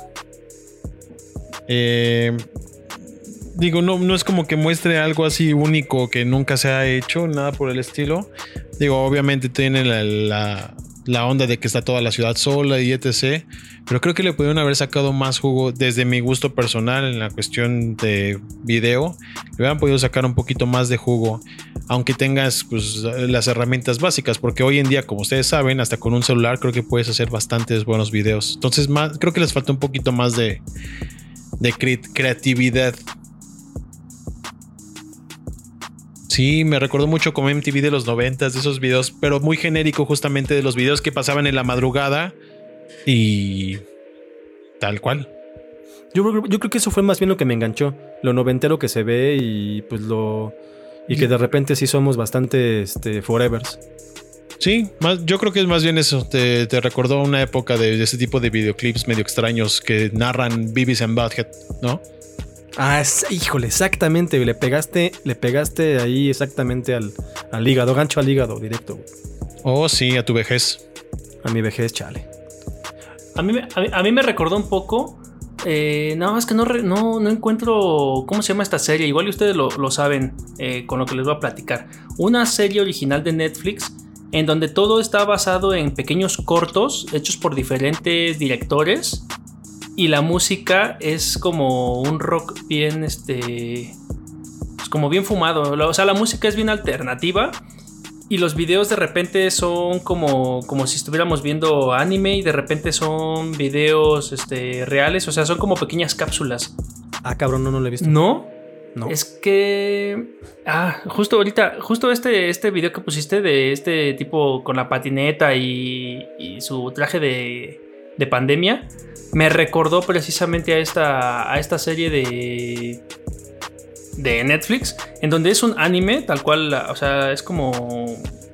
Eh, digo, no, no es como que muestre algo así único que nunca se ha hecho, nada por el estilo. Digo, obviamente tiene la, la, la onda de que está toda la ciudad sola y etcétera. Pero creo que le pudieron haber sacado más jugo desde mi gusto personal en la cuestión de video. Le hubieran podido sacar un poquito más de jugo, aunque tengas pues, las herramientas básicas, porque hoy en día, como ustedes saben, hasta con un celular creo que puedes hacer bastantes buenos videos. Entonces más, creo que les falta un poquito más de, de cre- creatividad. Sí, me recordó mucho como M T V de los noventas, de esos videos, pero muy genérico justamente de los videos que pasaban en la madrugada y tal cual. Yo, creo- yo creo que eso fue más bien lo que me enganchó, lo noventero que se ve y pues lo... Y que de repente sí somos bastante este, forevers. Sí, más, yo creo que es más bien eso. Te, te recordó una época de, de ese tipo de videoclips medio extraños que narran Beavis and Butthead, ¿no? Ah, es, híjole, exactamente. Le pegaste, le pegaste ahí exactamente al, al hígado, gancho al hígado directo. Güey. Oh, sí, a tu vejez. A mi vejez, chale. A mí, me- a mí, a mí me recordó un poco. Eh, nada más que no, re- no, no encuentro cómo se llama esta serie. Igual y ustedes lo, lo saben eh, con lo que les voy a platicar. Una serie original de Netflix en donde todo está basado en pequeños cortos hechos por diferentes directores. Y la música es como un rock bien, este, pues como bien fumado. O sea, la música es bien alternativa. Y los videos de repente son como, como si estuviéramos viendo anime y de repente son videos este, reales. O sea, son como pequeñas cápsulas. Ah, cabrón, no, no lo he visto. ¿No? No. Es que... Ah, justo ahorita, justo este, este video que pusiste de este tipo con la patineta y, y su traje de, de pandemia, me recordó precisamente a esta, a esta serie de... de Netflix, en donde es un anime tal cual, o sea, es como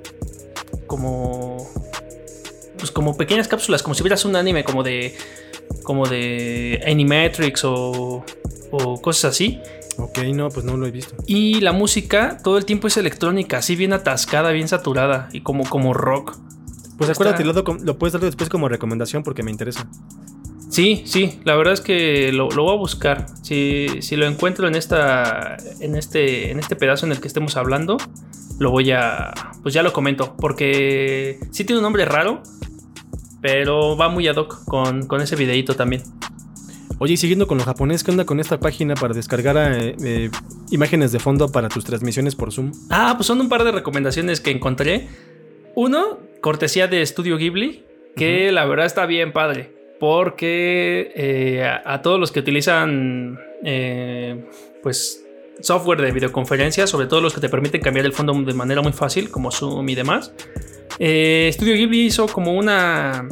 como pues como pequeñas cápsulas, como si vieras un anime como de como de Animatrix o, o cosas así. Ok, no, pues no lo he visto. Y la música todo el tiempo es electrónica, así bien atascada, bien saturada y como, como rock. Pues Está- acuérdate, lo, lo puedes dar después como recomendación porque me interesa. Sí, sí, la verdad es que lo, lo voy a buscar. Si, si lo encuentro en esta. En este. En este pedazo en el que estemos hablando. Lo voy a. Pues ya lo comento. Porque sí tiene un nombre raro. Pero va muy ad hoc con, con ese videíto también. Oye, y siguiendo con lo japonés, ¿qué onda con esta página para descargar eh, eh, imágenes de fondo para tus transmisiones por Zoom? Ah, pues son un par de recomendaciones que encontré. Uno, cortesía de Studio Ghibli. Que uh-huh. La verdad está bien padre. Porque eh, a, a todos los que utilizan eh, pues software de videoconferencia, sobre todo los que te permiten cambiar el fondo de manera muy fácil, como Zoom y demás, eh, Studio Ghibli hizo como una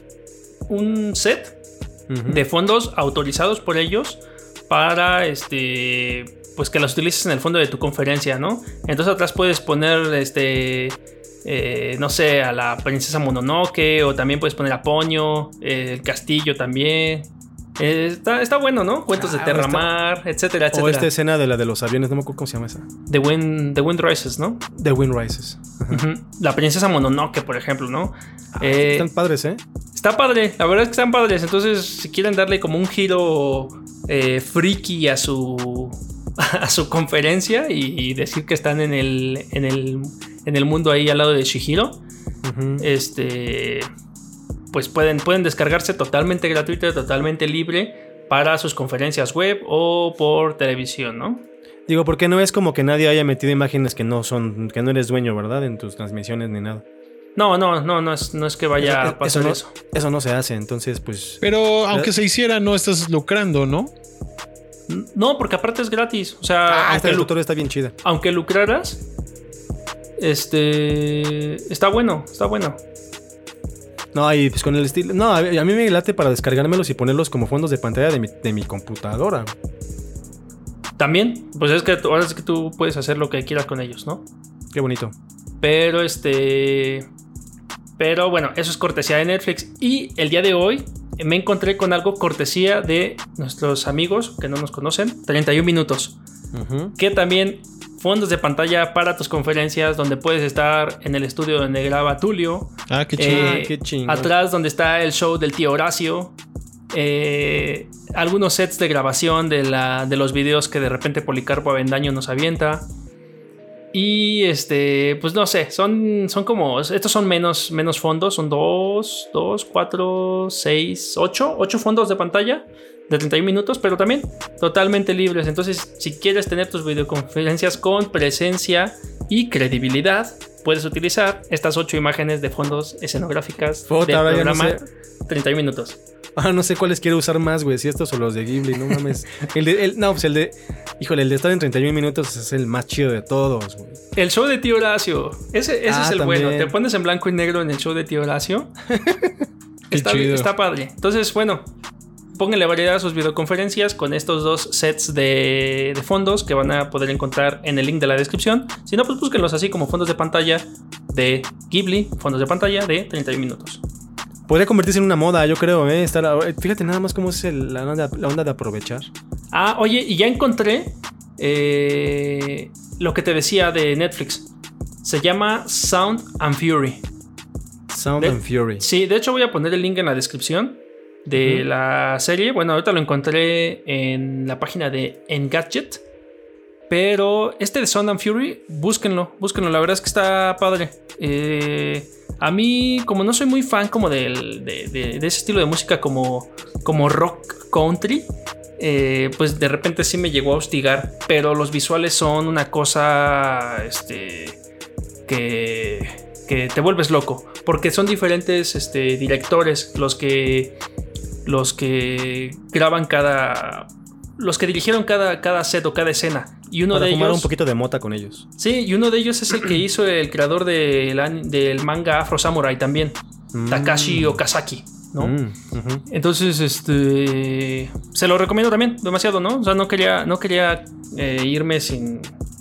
un set uh-huh. de fondos autorizados por ellos para este pues que los utilices en el fondo de tu conferencia, ¿no? Entonces atrás puedes poner este Eh, no sé, a la princesa Mononoke, o también puedes poner a Ponyo, eh, el castillo también. Eh, está, está bueno, ¿no? Cuentos ah, de Terramar, está... etcétera, etcétera. O esta escena de la de los aviones, no me acuerdo cómo se llama esa. The Wind, The Wind Rises, ¿no? The Wind Rises. Uh-huh. La princesa Mononoke, por ejemplo, ¿no? Ah, eh, están padres, ¿eh? Está padre, la verdad es que están padres. Entonces, si quieren darle como un giro eh, friki a su a su conferencia y, y decir que están en el en el en el mundo ahí al lado de Shihiro, uh-huh. este pues pueden, pueden descargarse totalmente gratuito, totalmente libre para sus conferencias web o por televisión, ¿no? Digo, porque no es como que nadie haya metido imágenes que no son, que no eres dueño, ¿verdad? En tus transmisiones ni nada. No, no, no, no es, no es que vaya eso, a pasar eso. No, eso. Eso no se hace, entonces pues... Pero aunque se hiciera, no estás lucrando, ¿no? No, porque aparte es gratis. O sea, ah, esta tutorial está bien chida. Aunque lucraras, este está bueno, está bueno. No, y pues con el estilo... No, a, a mí me late para descargármelos y ponerlos como fondos de pantalla de mi, de mi computadora. También, pues es que ahora es que tú puedes hacer lo que quieras con ellos, ¿no? Qué bonito. Pero este... Pero bueno, eso es cortesía de Netflix. Y el día de hoy me encontré con algo cortesía de nuestros amigos que no nos conocen, treinta y un minutos, uh-huh. que también fondos de pantalla para tus conferencias, donde puedes estar en el estudio donde graba Tulio. Ah, qué chingón. Eh, qué chingón. Atrás donde está el show del tío Horacio. Eh, algunos sets de grabación de, la, de los videos que de repente Policarpo Avendaño nos avienta. Y este, pues no sé, son, son como, estos son menos, menos fondos, son dos, dos, cuatro, seis, ocho, ocho fondos de pantalla de treinta y un minutos, pero también totalmente libres. Entonces, si quieres tener tus videoconferencias con presencia y credibilidad, puedes utilizar estas ocho imágenes de fondos escenográficas Fota, del programa no sé. treinta y un minutos. Ah, no sé cuáles quiero usar más, güey. Si estos o los de Ghibli, no mames. El de, el, no, pues el de. Híjole, el de estar en treinta y un minutos es el más chido de todos, güey. El show de tío Horacio. Ese, ese Ah, es el también. bueno. Te pones en blanco y negro en el show de tío Horacio. Qué está, chido. está padre. Entonces, bueno, pónganle variedad a sus videoconferencias con estos dos sets de, de fondos que van a poder encontrar en el link de la descripción. Si no, pues búsquenlos así como fondos de pantalla de Ghibli, fondos de pantalla de treinta y un minutos. Podría convertirse en una moda, yo creo, ¿eh? Estar, fíjate nada más cómo es el, la, onda, la onda de aprovechar. Ah, oye, y ya encontré eh, lo que te decía de Netflix. Se llama Sound and Fury. Sound de, and Fury. Sí, de hecho voy a poner el link en la descripción de uh-huh. la serie. Bueno, ahorita lo encontré en la página de Engadget. Pero este de Sound and Fury, búsquenlo, búsquenlo. La verdad es que está padre. Eh, a mí, como no soy muy fan como del, de, de, de ese estilo de música como, como rock country, eh, pues de repente sí me llegó a hostigar. Pero los visuales son una cosa este, que, que te vuelves loco. Porque son diferentes este, directores los que, los que graban cada... Los que dirigieron cada, cada set o cada escena. Y uno Para de fumar ellos. un poquito de mota con ellos. Sí, y uno de ellos es el que hizo el creador del, del manga Afro Samurai también. Mm. Takashi Okazaki, ¿no? Mm. Uh-huh. Entonces, este. Se lo recomiendo también, demasiado, ¿no? O sea, no quería, no quería eh, irme sin.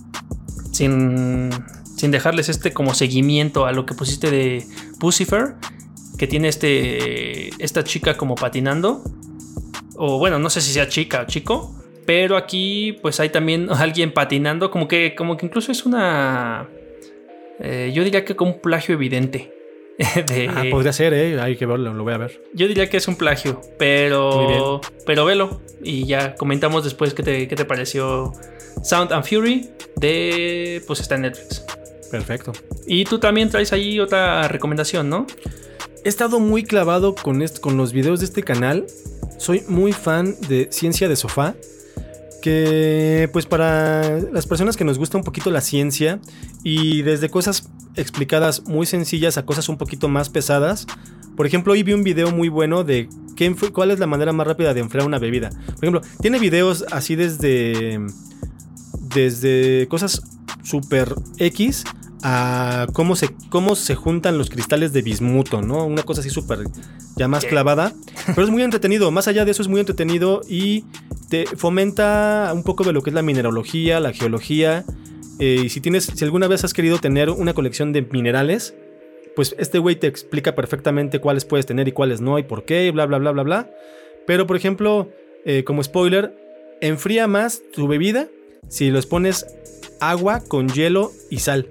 Sin. Sin dejarles este como seguimiento a lo que pusiste de Puscifer. Que tiene este. Esta chica como patinando. O bueno, no sé si sea chica o chico, pero aquí pues hay también alguien patinando, como que, como que incluso es una, eh, yo diría que como un plagio evidente. De, ah, podría ser, eh, hay que verlo, lo voy a ver. Yo diría que es un plagio, pero, pero velo y ya comentamos después qué te, qué te pareció Sound and Fury de, pues está en Netflix. Perfecto. Y tú también traes ahí otra recomendación, ¿no? He estado muy clavado con, este, con los videos de este canal. Soy muy fan de Ciencia de Sofá, que pues para las personas que nos gusta un poquito la ciencia y desde cosas explicadas muy sencillas a cosas un poquito más pesadas. Por ejemplo, hoy vi un video muy bueno de qué, cuál es la manera más rápida de enfriar una bebida. Por ejemplo, tiene videos así desde, desde cosas super X a cómo se, cómo se juntan los cristales de bismuto, ¿no? Una cosa así súper ya más clavada. Pero es muy entretenido. Más allá de eso es muy entretenido y te fomenta un poco de lo que es la mineralogía, la geología. Eh, y si tienes, si alguna vez has querido tener una colección de minerales, pues este güey te explica perfectamente cuáles puedes tener y cuáles no y por qué, y bla, bla, bla, bla, bla. Pero, por ejemplo, eh, como spoiler, enfría más tu bebida si los pones agua con hielo y sal.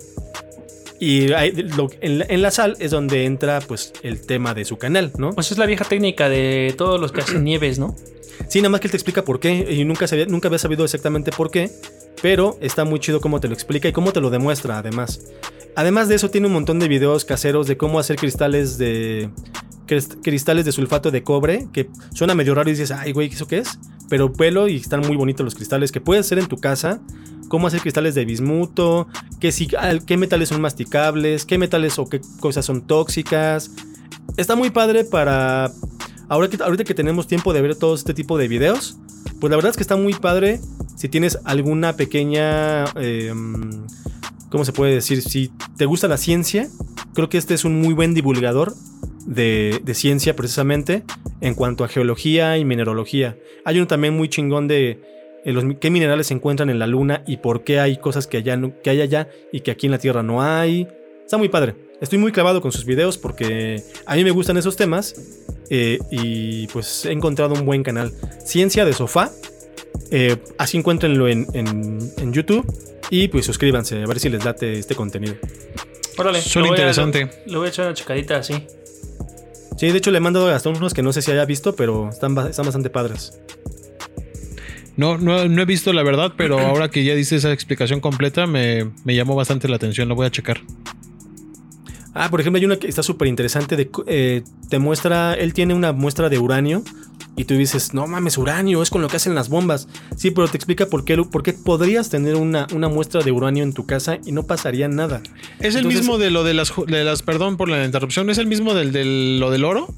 Y hay, lo, en, la, en la sal es donde entra pues el tema de su canal, ¿no? Pues es la vieja técnica de todos los que hacen nieves, ¿no? Sí, nada más que él te explica por qué. Y nunca, sabía, nunca había sabido exactamente por qué. Pero está muy chido cómo te lo explica y cómo te lo demuestra, además. Además de eso, tiene un montón de videos caseros de cómo hacer cristales de... cristales de sulfato de cobre, que suena medio raro y dices, ay, güey, ¿eso qué es? Pero velo y están muy bonitos los cristales que puedes hacer en tu casa. Cómo hacer cristales de bismuto, qué, si, qué metales son masticables, qué metales o qué cosas son tóxicas. Está muy padre para... Ahora que, ahorita que tenemos tiempo de ver todo este tipo de videos, pues la verdad es que está muy padre si tienes alguna pequeña... Eh, ¿Cómo se puede decir? Si te gusta la ciencia, creo que este es un muy buen divulgador de, de ciencia precisamente en cuanto a geología y mineralogía. Hay uno también muy chingón de eh, los, qué minerales se encuentran en la luna y por qué hay cosas que, allá no, que hay allá y que aquí en la Tierra no hay. Está muy padre. Estoy muy clavado con sus videos porque a mí me gustan esos temas eh, y pues he encontrado un buen canal. Ciencia de Sofá. Eh, así encuéntrenlo en, en, en YouTube. Y pues suscríbanse a ver si les late este contenido. Órale, suena interesante. A, le voy a echar una checadita así. Sí, de hecho le he mandado hasta unos que no sé si haya visto, pero están, están bastante padres. No, no, no he visto la verdad, pero ahora que ya dice esa explicación completa, me, me llamó bastante la atención. Lo voy a checar. Ah, por ejemplo, hay una que está súper interesante. De, eh, te muestra, él tiene una muestra de uranio. Y tú dices, no mames, uranio, es con lo que hacen las bombas. Sí, pero te explica por qué, por qué podrías tener una, una muestra de uranio en tu casa y no pasaría nada. ¿Es el Entonces, mismo de lo de las, de las, perdón por la interrupción, ¿es el mismo del, del lo del oro?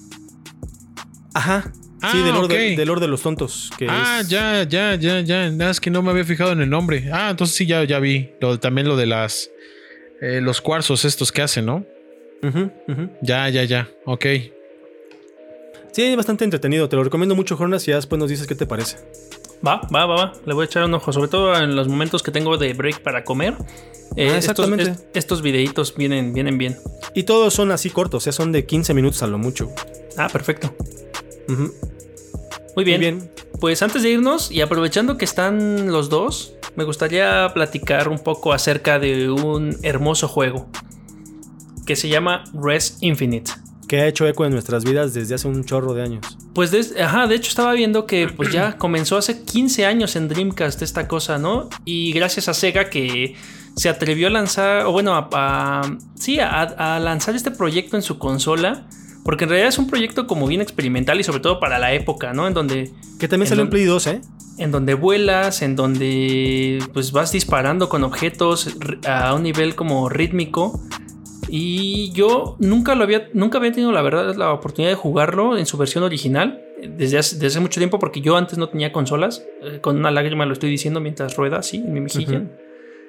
Ajá. Ah, sí, del oro, okay. de, del oro de los tontos. Que ah, es... ya, ya, ya, ya. Nada, es que no me había fijado en el nombre. Ah, entonces sí, ya, ya vi. Lo, también lo de las eh, los cuarzos estos que hacen, ¿no? Uh-huh, uh-huh. Ya, ya, ya. Ok. Sí, bastante entretenido. Te lo recomiendo mucho, Jonas, y ya después nos dices qué te parece. Va, va, va, va. Le voy a echar un ojo, sobre todo en los momentos que tengo de break para comer. Eh, ah, exactamente. Estos, est- estos videitos vienen, vienen bien. Y todos son así cortos, o sea, son de quince minutos a lo mucho. Ah, perfecto. Uh-huh. Muy bien. Muy bien. Pues antes de irnos y aprovechando que están los dos, me gustaría platicar un poco acerca de un hermoso juego que se llama Res Infinite. Que ha hecho eco en nuestras vidas desde hace un chorro de años. Pues, de, ajá, de hecho estaba viendo que pues ya comenzó hace quince años en Dreamcast esta cosa, ¿no? Y gracias a Sega que se atrevió a lanzar, o bueno, a, a, sí, a, a lanzar este proyecto en su consola. Porque en realidad es un proyecto como bien experimental y sobre todo para la época, ¿no? En donde... Que también salió en Play dos, ¿eh? En donde vuelas, en donde pues vas disparando con objetos a un nivel como rítmico. Y yo nunca lo había, nunca había tenido la verdad la oportunidad de jugarlo en su versión original desde hace, desde hace mucho tiempo, porque yo antes no tenía consolas. Eh, con una lágrima lo estoy diciendo mientras rueda así en mi mejilla. Uh-huh.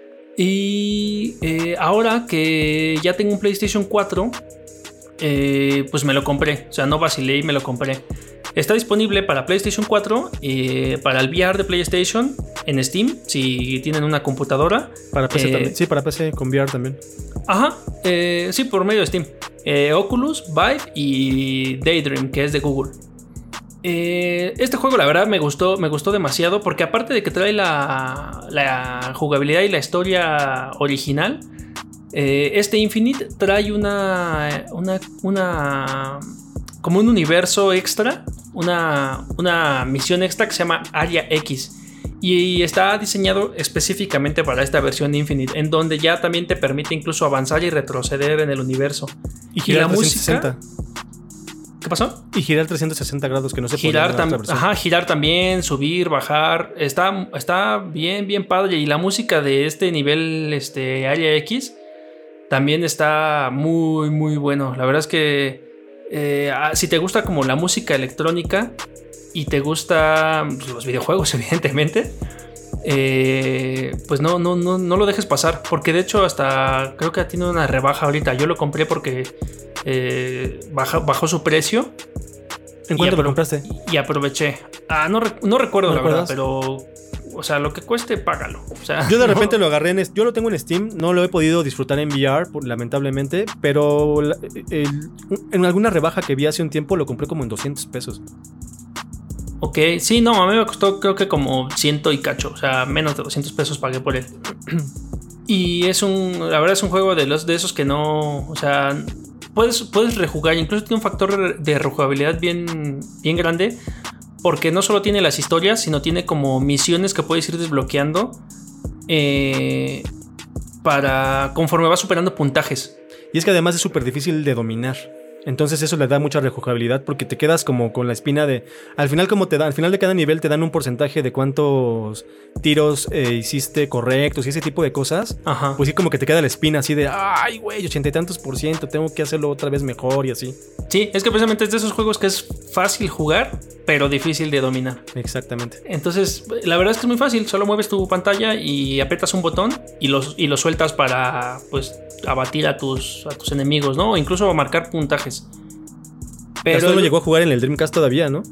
Y eh, ahora que ya tengo un PlayStation cuatro, eh, pues me lo compré. O sea, no vacilé y me lo compré. Está disponible para PlayStation cuatro, eh, para el V R de PlayStation en Steam, si tienen una computadora. Para P C eh, también. Sí, para P C con V R también. Ajá, eh, sí, por medio de Steam. Eh, Oculus, Vive y Daydream, que es de Google. Eh, este juego, la verdad, me gustó, me gustó demasiado, porque aparte de que trae la, la jugabilidad y la historia original, eh, este Infinite trae una, una, una como un universo extra, una, una misión extra que se llama Area X. Y está diseñado específicamente para esta versión de Infinite, en donde ya también te permite incluso avanzar y retroceder en el universo. Y girar y la trescientos sesenta. Música... ¿Qué pasó? Y girar trescientos sesenta grados, que no se puede. Girar, tam... Ajá, girar también, subir, bajar. Está, está bien, bien padre. Y la música de este nivel, este Area X, también está muy, muy bueno. La verdad es que eh, si te gusta como la música electrónica y te gustan los videojuegos, evidentemente, eh, pues no, no, no, no lo dejes pasar, porque de hecho hasta creo que tiene una rebaja ahorita. Yo lo compré porque eh, baja, bajó su precio. ¿En cuánto lo compraste? Y aproveché. Ah, no, no recuerdo, ¿No la recuerdas? verdad, pero o sea, lo que cueste, págalo. O sea, yo de no. repente lo agarré en... Yo lo tengo en Steam. No lo he podido disfrutar en V R, lamentablemente. Pero el, el, en alguna rebaja que vi hace un tiempo lo compré como en doscientos pesos. Ok, sí, no, a mí me costó creo que como ciento y cacho. O sea, menos de doscientos pesos pagué por él. Y es un... La verdad es un juego de, los, de esos que no... O sea... Puedes, puedes rejugar, incluso tiene un factor de rejugabilidad bien, bien grande, porque no solo tiene las historias, sino tiene como misiones que puedes ir desbloqueando eh, para conforme vas superando puntajes. Y es que además es súper difícil de dominar. Entonces eso le da mucha rejugabilidad, porque te quedas como con la espina de... Al final como te da, al final de cada nivel te dan un porcentaje de cuántos tiros eh, hiciste correctos y ese tipo de cosas. Ajá. Pues sí, como que te queda la espina así de... Ay, güey, ochenta y tantos por ciento, tengo que hacerlo otra vez mejor y así. Sí, es que precisamente es de esos juegos que es fácil jugar, pero difícil de dominar. Exactamente. Entonces, la verdad es que es muy fácil. Solo mueves tu pantalla y aprietas un botón y los, y los sueltas para, pues, abatir a tus, a tus enemigos, ¿no? O incluso marcar puntajes. Pero Gastón lo llegó a jugar en el Dreamcast todavía, ¿no?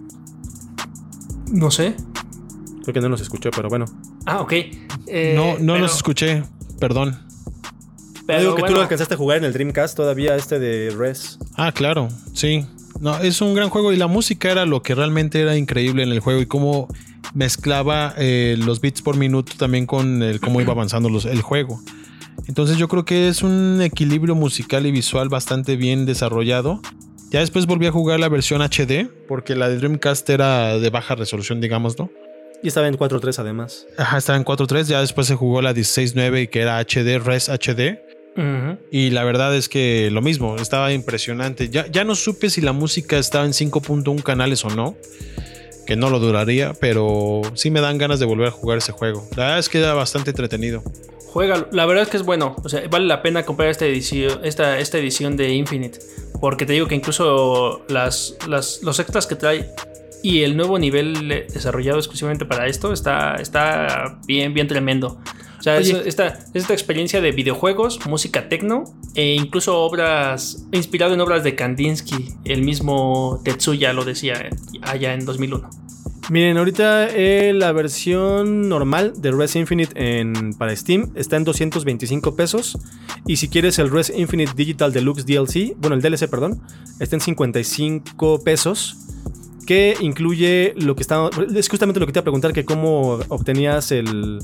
No sé. Creo que no nos escuchó, pero bueno. Ah, ok. Eh, no, no pero... los escuché, perdón. Pero digo que bueno. Tú lo alcanzaste a jugar en el Dreamcast todavía, este de Res. Ah, claro, sí. No, es un gran juego y la música era lo que realmente era increíble en el juego y cómo mezclaba eh, los beats por minuto también con el, cómo iba avanzando los, el juego. Entonces yo creo que es un equilibrio musical y visual bastante bien desarrollado. Ya después volví a jugar la versión H D porque la de Dreamcast era de baja resolución, digamos, ¿no? Y estaba en cuatro tres además. Ajá, estaba en cuatro tres. Ya después se jugó la dieciséis nueve que era H D, Res H D. Uh-huh. Y la verdad es que lo mismo, estaba impresionante. Ya, ya no supe si la música estaba en cinco punto uno canales o no, que no lo duraría, pero sí me dan ganas de volver a jugar ese juego. La verdad es que era bastante entretenido. Juega, la verdad es que es bueno. O sea, vale la pena comprar esta edición, esta, esta edición de Infinite. Porque te digo que incluso las, las, los extras que trae y el nuevo nivel desarrollado exclusivamente para esto está, está bien, bien tremendo. O sea, es esta, esta experiencia de videojuegos, música techno e incluso obras, inspirado en obras de Kandinsky. El mismo Tetsuya lo decía allá en dos mil uno. Miren, ahorita eh, la versión normal de Res Infinite en, para Steam está en doscientos veinticinco pesos. Y si quieres el Res Infinite Digital Deluxe D L C, bueno, el D L C, perdón, está en cincuenta y cinco pesos. Que incluye lo que está. Es justamente lo que te iba a preguntar, que cómo obtenías el,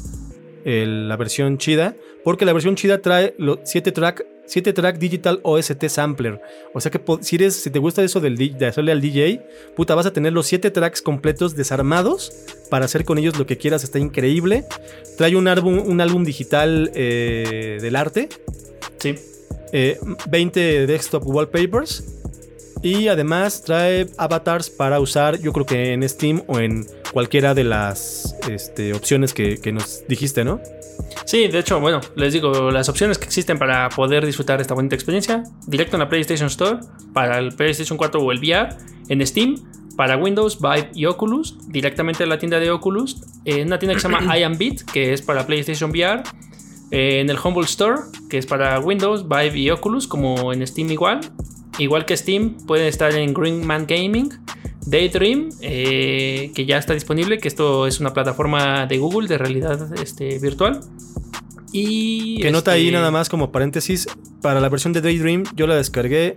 el, la versión chida. Porque la versión chida trae siete track, siete track Digital O S T Sampler. O sea que si, eres, si te gusta eso del, de hacerle al D J, puta, vas a tener los siete tracks completos desarmados para hacer con ellos lo que quieras. Está increíble. Trae un álbum, un álbum digital eh, del arte. Sí. Eh, veinte desktop wallpapers. Y además trae avatars para usar, yo creo que en Steam o en cualquiera de las este, opciones que, que nos dijiste, ¿no? Sí, de hecho, bueno, les digo, las opciones que existen para poder disfrutar esta bonita experiencia: directo en la PlayStation Store, para el PlayStation cuatro o el V R, en Steam, para Windows, Vive y Oculus, directamente en la tienda de Oculus, en una tienda que se llama iambeat, que es para PlayStation V R, en el Humble Store, que es para Windows, Vive y Oculus, como en Steam igual. Igual que Steam, puede estar en Green Man Gaming, Daydream, eh, que ya está disponible, que esto es una plataforma de Google de realidad este, virtual. Y que este... nota ahí nada más como paréntesis, para la versión de Daydream yo la descargué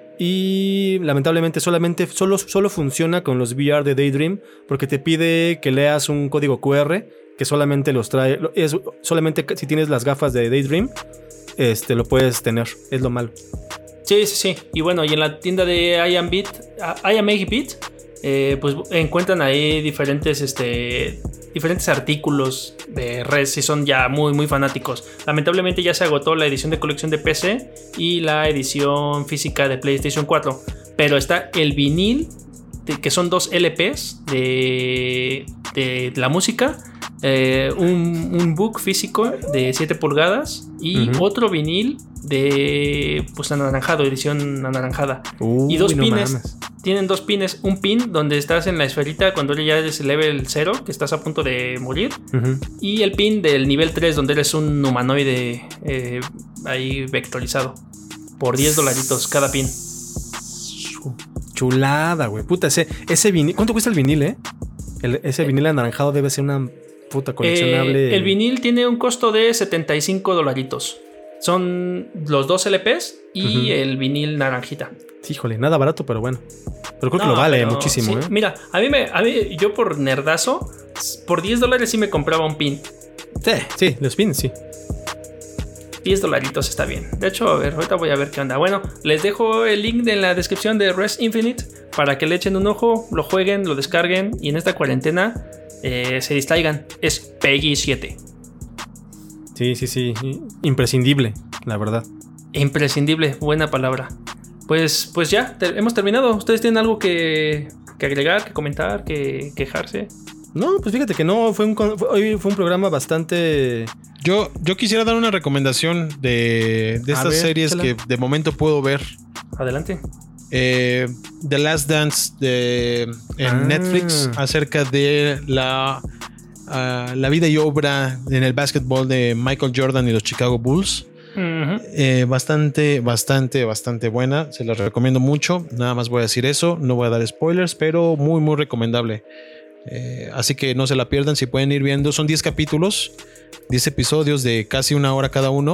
y lamentablemente solamente solo, solo funciona con los V R de Daydream, porque te pide que leas un código Q R que solamente los trae, es solamente si tienes las gafas de Daydream, este, lo puedes tener, es lo malo. Sí, sí, sí. Y bueno, y en la tienda de iambeat, iambeat, eh, pues encuentran ahí diferentes, este, diferentes artículos de Res si son ya muy, muy fanáticos. Lamentablemente ya se agotó la edición de colección de P C y la edición física de PlayStation cuatro. Pero está el vinil, de, que son dos L Ps de, de la música. Eh, un, un book físico de siete pulgadas y uh-huh. otro vinil de pues anaranjado, edición anaranjada. Uy, y dos no pines. Mames. Tienen dos pines. Un pin donde estás en la esferita cuando ya eres el level cero, que estás a punto de morir. Uh-huh. Y el pin del nivel tres, donde eres un humanoide eh, ahí vectorizado. Por diez dolaritos cada pin. Chulada, güey. Puta, ese, ese vinil. ¿Cuánto cuesta el vinil, eh? El, ese vinil anaranjado debe ser una puta coleccionable. Eh, el vinil tiene un costo de setenta y cinco dolaritos. Son los dos L Ps y uh-huh. el vinil naranjita. Híjole, nada barato, pero bueno. Pero creo no, que lo vale pero, muchísimo, sí. ¿eh? Mira, a mí, me, a mí, yo por nerdazo, por diez dólares sí me compraba un pin. Sí, sí, los pins, sí. diez dolaritos está bien. De hecho, a ver, ahorita voy a ver qué onda. Bueno, les dejo el link en la descripción de Res Infinite para que le echen un ojo, lo jueguen, lo descarguen y en esta cuarentena eh, se distraigan. Es Peggy siete. Sí, sí, sí. Imprescindible, la verdad. Imprescindible, buena palabra. Pues, pues ya, te, hemos terminado. ¿Ustedes tienen algo que, que agregar, que comentar, que quejarse? No, pues fíjate que no, fue un, fue, hoy fue un programa bastante... Yo, yo quisiera dar una recomendación de, de estas ver, series que de momento puedo ver. Adelante. Eh, The Last Dance de, en ah. Netflix, acerca de la, uh, la vida y obra en el básquetbol de Michael Jordan y los Chicago Bulls. Uh-huh. Eh, bastante, bastante, bastante buena. Se las recomiendo mucho. Nada más voy a decir eso. No voy a dar spoilers, pero muy, muy recomendable. Eh, así que no se la pierdan si pueden ir viendo. Son diez capítulos, diez episodios de casi una hora cada uno.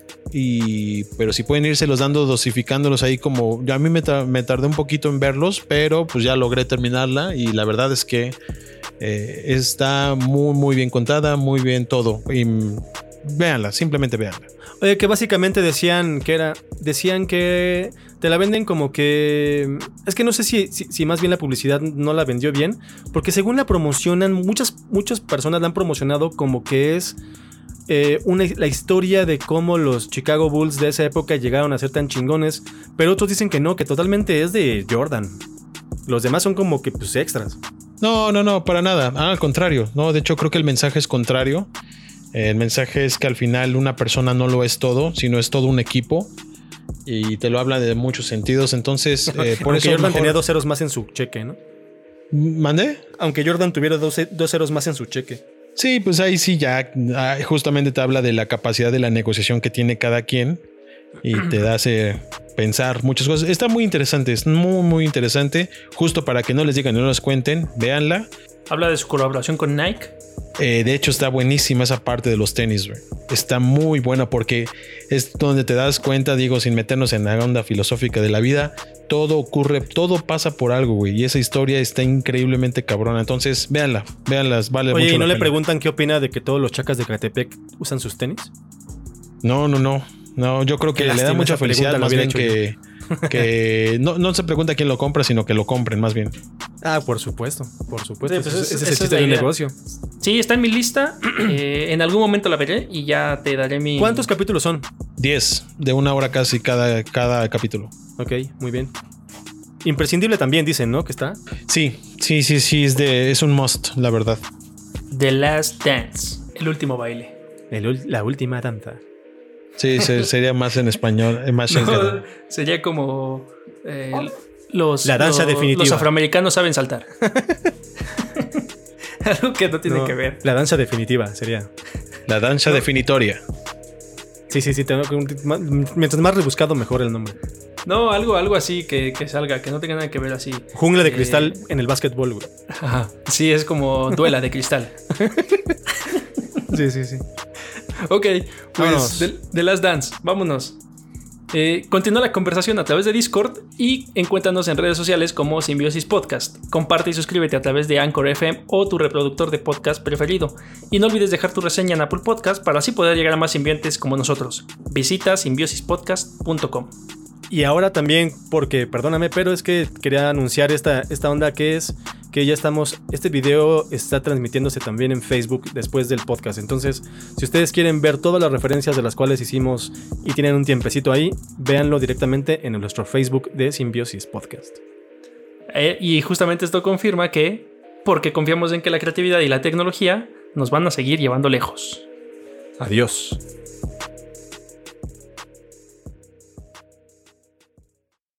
Y, pero si pueden irse los dando, dosificándolos ahí como... Yo a mí me, ta- me tardé un poquito en verlos, pero pues ya logré terminarla y la verdad es que eh, está muy muy bien contada, muy bien todo. Y mm, véanla, simplemente véanla. Oye, que básicamente decían que era... Decían que te la venden como que... Es que no sé si, si, si más bien la publicidad no la vendió bien, porque según la promocionan, muchas, muchas personas la han promocionado como que es... Eh, una, la historia de cómo los Chicago Bulls de esa época llegaron a ser tan chingones, pero otros dicen que no, que totalmente es de Jordan. Los demás son como que pues extras. No, no, no, para nada. Ah, al contrario. No, de hecho creo que el mensaje es contrario. El mensaje es que al final una persona no lo es todo, sino es todo un equipo. Y te lo habla de muchos sentidos. Entonces, eh, por Aunque eso Jordan mejor... tenía dos ceros más en su cheque, ¿no? ¿Mandé? Aunque Jordan tuviera dos, dos ceros más en su cheque. Sí, pues ahí sí ya ah, justamente te habla de la capacidad de la negociación que tiene cada quien y te hace pensar muchas cosas. Está muy interesante, es muy muy interesante. Justo para que no les digan y no les cuenten, véanla. Habla de su colaboración con Nike. Eh, de hecho está buenísima esa parte de los tenis, güey. Está muy buena porque es donde te das cuenta, digo, sin meternos en la onda filosófica de la vida, todo ocurre, todo pasa por algo, güey. Y esa historia está increíblemente cabrona. Entonces, véanla, véanlas, vale Oye, mucho ¿y no la le pena. preguntan qué opina de que todos los chacas de Catepec usan sus tenis? No, no, no. No, yo creo que Qué le da lástima, mucha esa pregunta felicidad la más hubiera bien hecho que, que no, no se pregunta quién lo compra, sino que lo compren más bien. Ah, por supuesto, por supuesto. Sí, pues ese, es- ese es esa el es chiste la de un idea. negocio. Sí, está en mi lista. Eh, en algún momento la veré y ya te daré mi... ¿Cuántos capítulos son? diez de una hora casi cada, cada capítulo. Ok, muy bien. Imprescindible también, dicen, ¿no? Que está. Sí, sí, sí, sí, es, de, es un must, la verdad. The Last Dance, el último baile. El ul- la última danza. Sí, se- sería más en español, eh, más en No, sería como eh, los, La danza los- definitiva. los afroamericanos saben saltar. Algo que no tiene No, que ver. La danza definitiva sería. la danza definitoria. Sí, sí, sí. Tengo que, ma- mientras más rebuscado, mejor el nombre. No, algo, algo así que, que salga, que no tenga nada que ver así. Jungla de Eh, cristal en el básquetbol, güey. Ajá. Sí, es como duela de cristal. Sí, sí, sí. Ok, Vámonos. pues The, The Last Dance, vámonos. Eh, continúa la conversación a través de Discord y encuéntranos en redes sociales como Simbiosis Podcast. Comparte y suscríbete a través de Anchor F M o tu reproductor de podcast preferido. Y no olvides dejar tu reseña en Apple Podcast para así poder llegar a más simbiontes como nosotros. Visita simbiosis podcast punto com. Y ahora también, porque perdóname, pero es que quería anunciar esta, esta onda que es que ya estamos. Este video está transmitiéndose también en Facebook después del podcast. Entonces, si ustedes quieren ver todas las referencias de las cuales hicimos y tienen un tiempecito ahí, véanlo directamente en nuestro Facebook de Simbiosis Podcast. Eh, y justamente esto confirma que, porque confiamos en que la creatividad y la tecnología nos van a seguir llevando lejos. Adiós.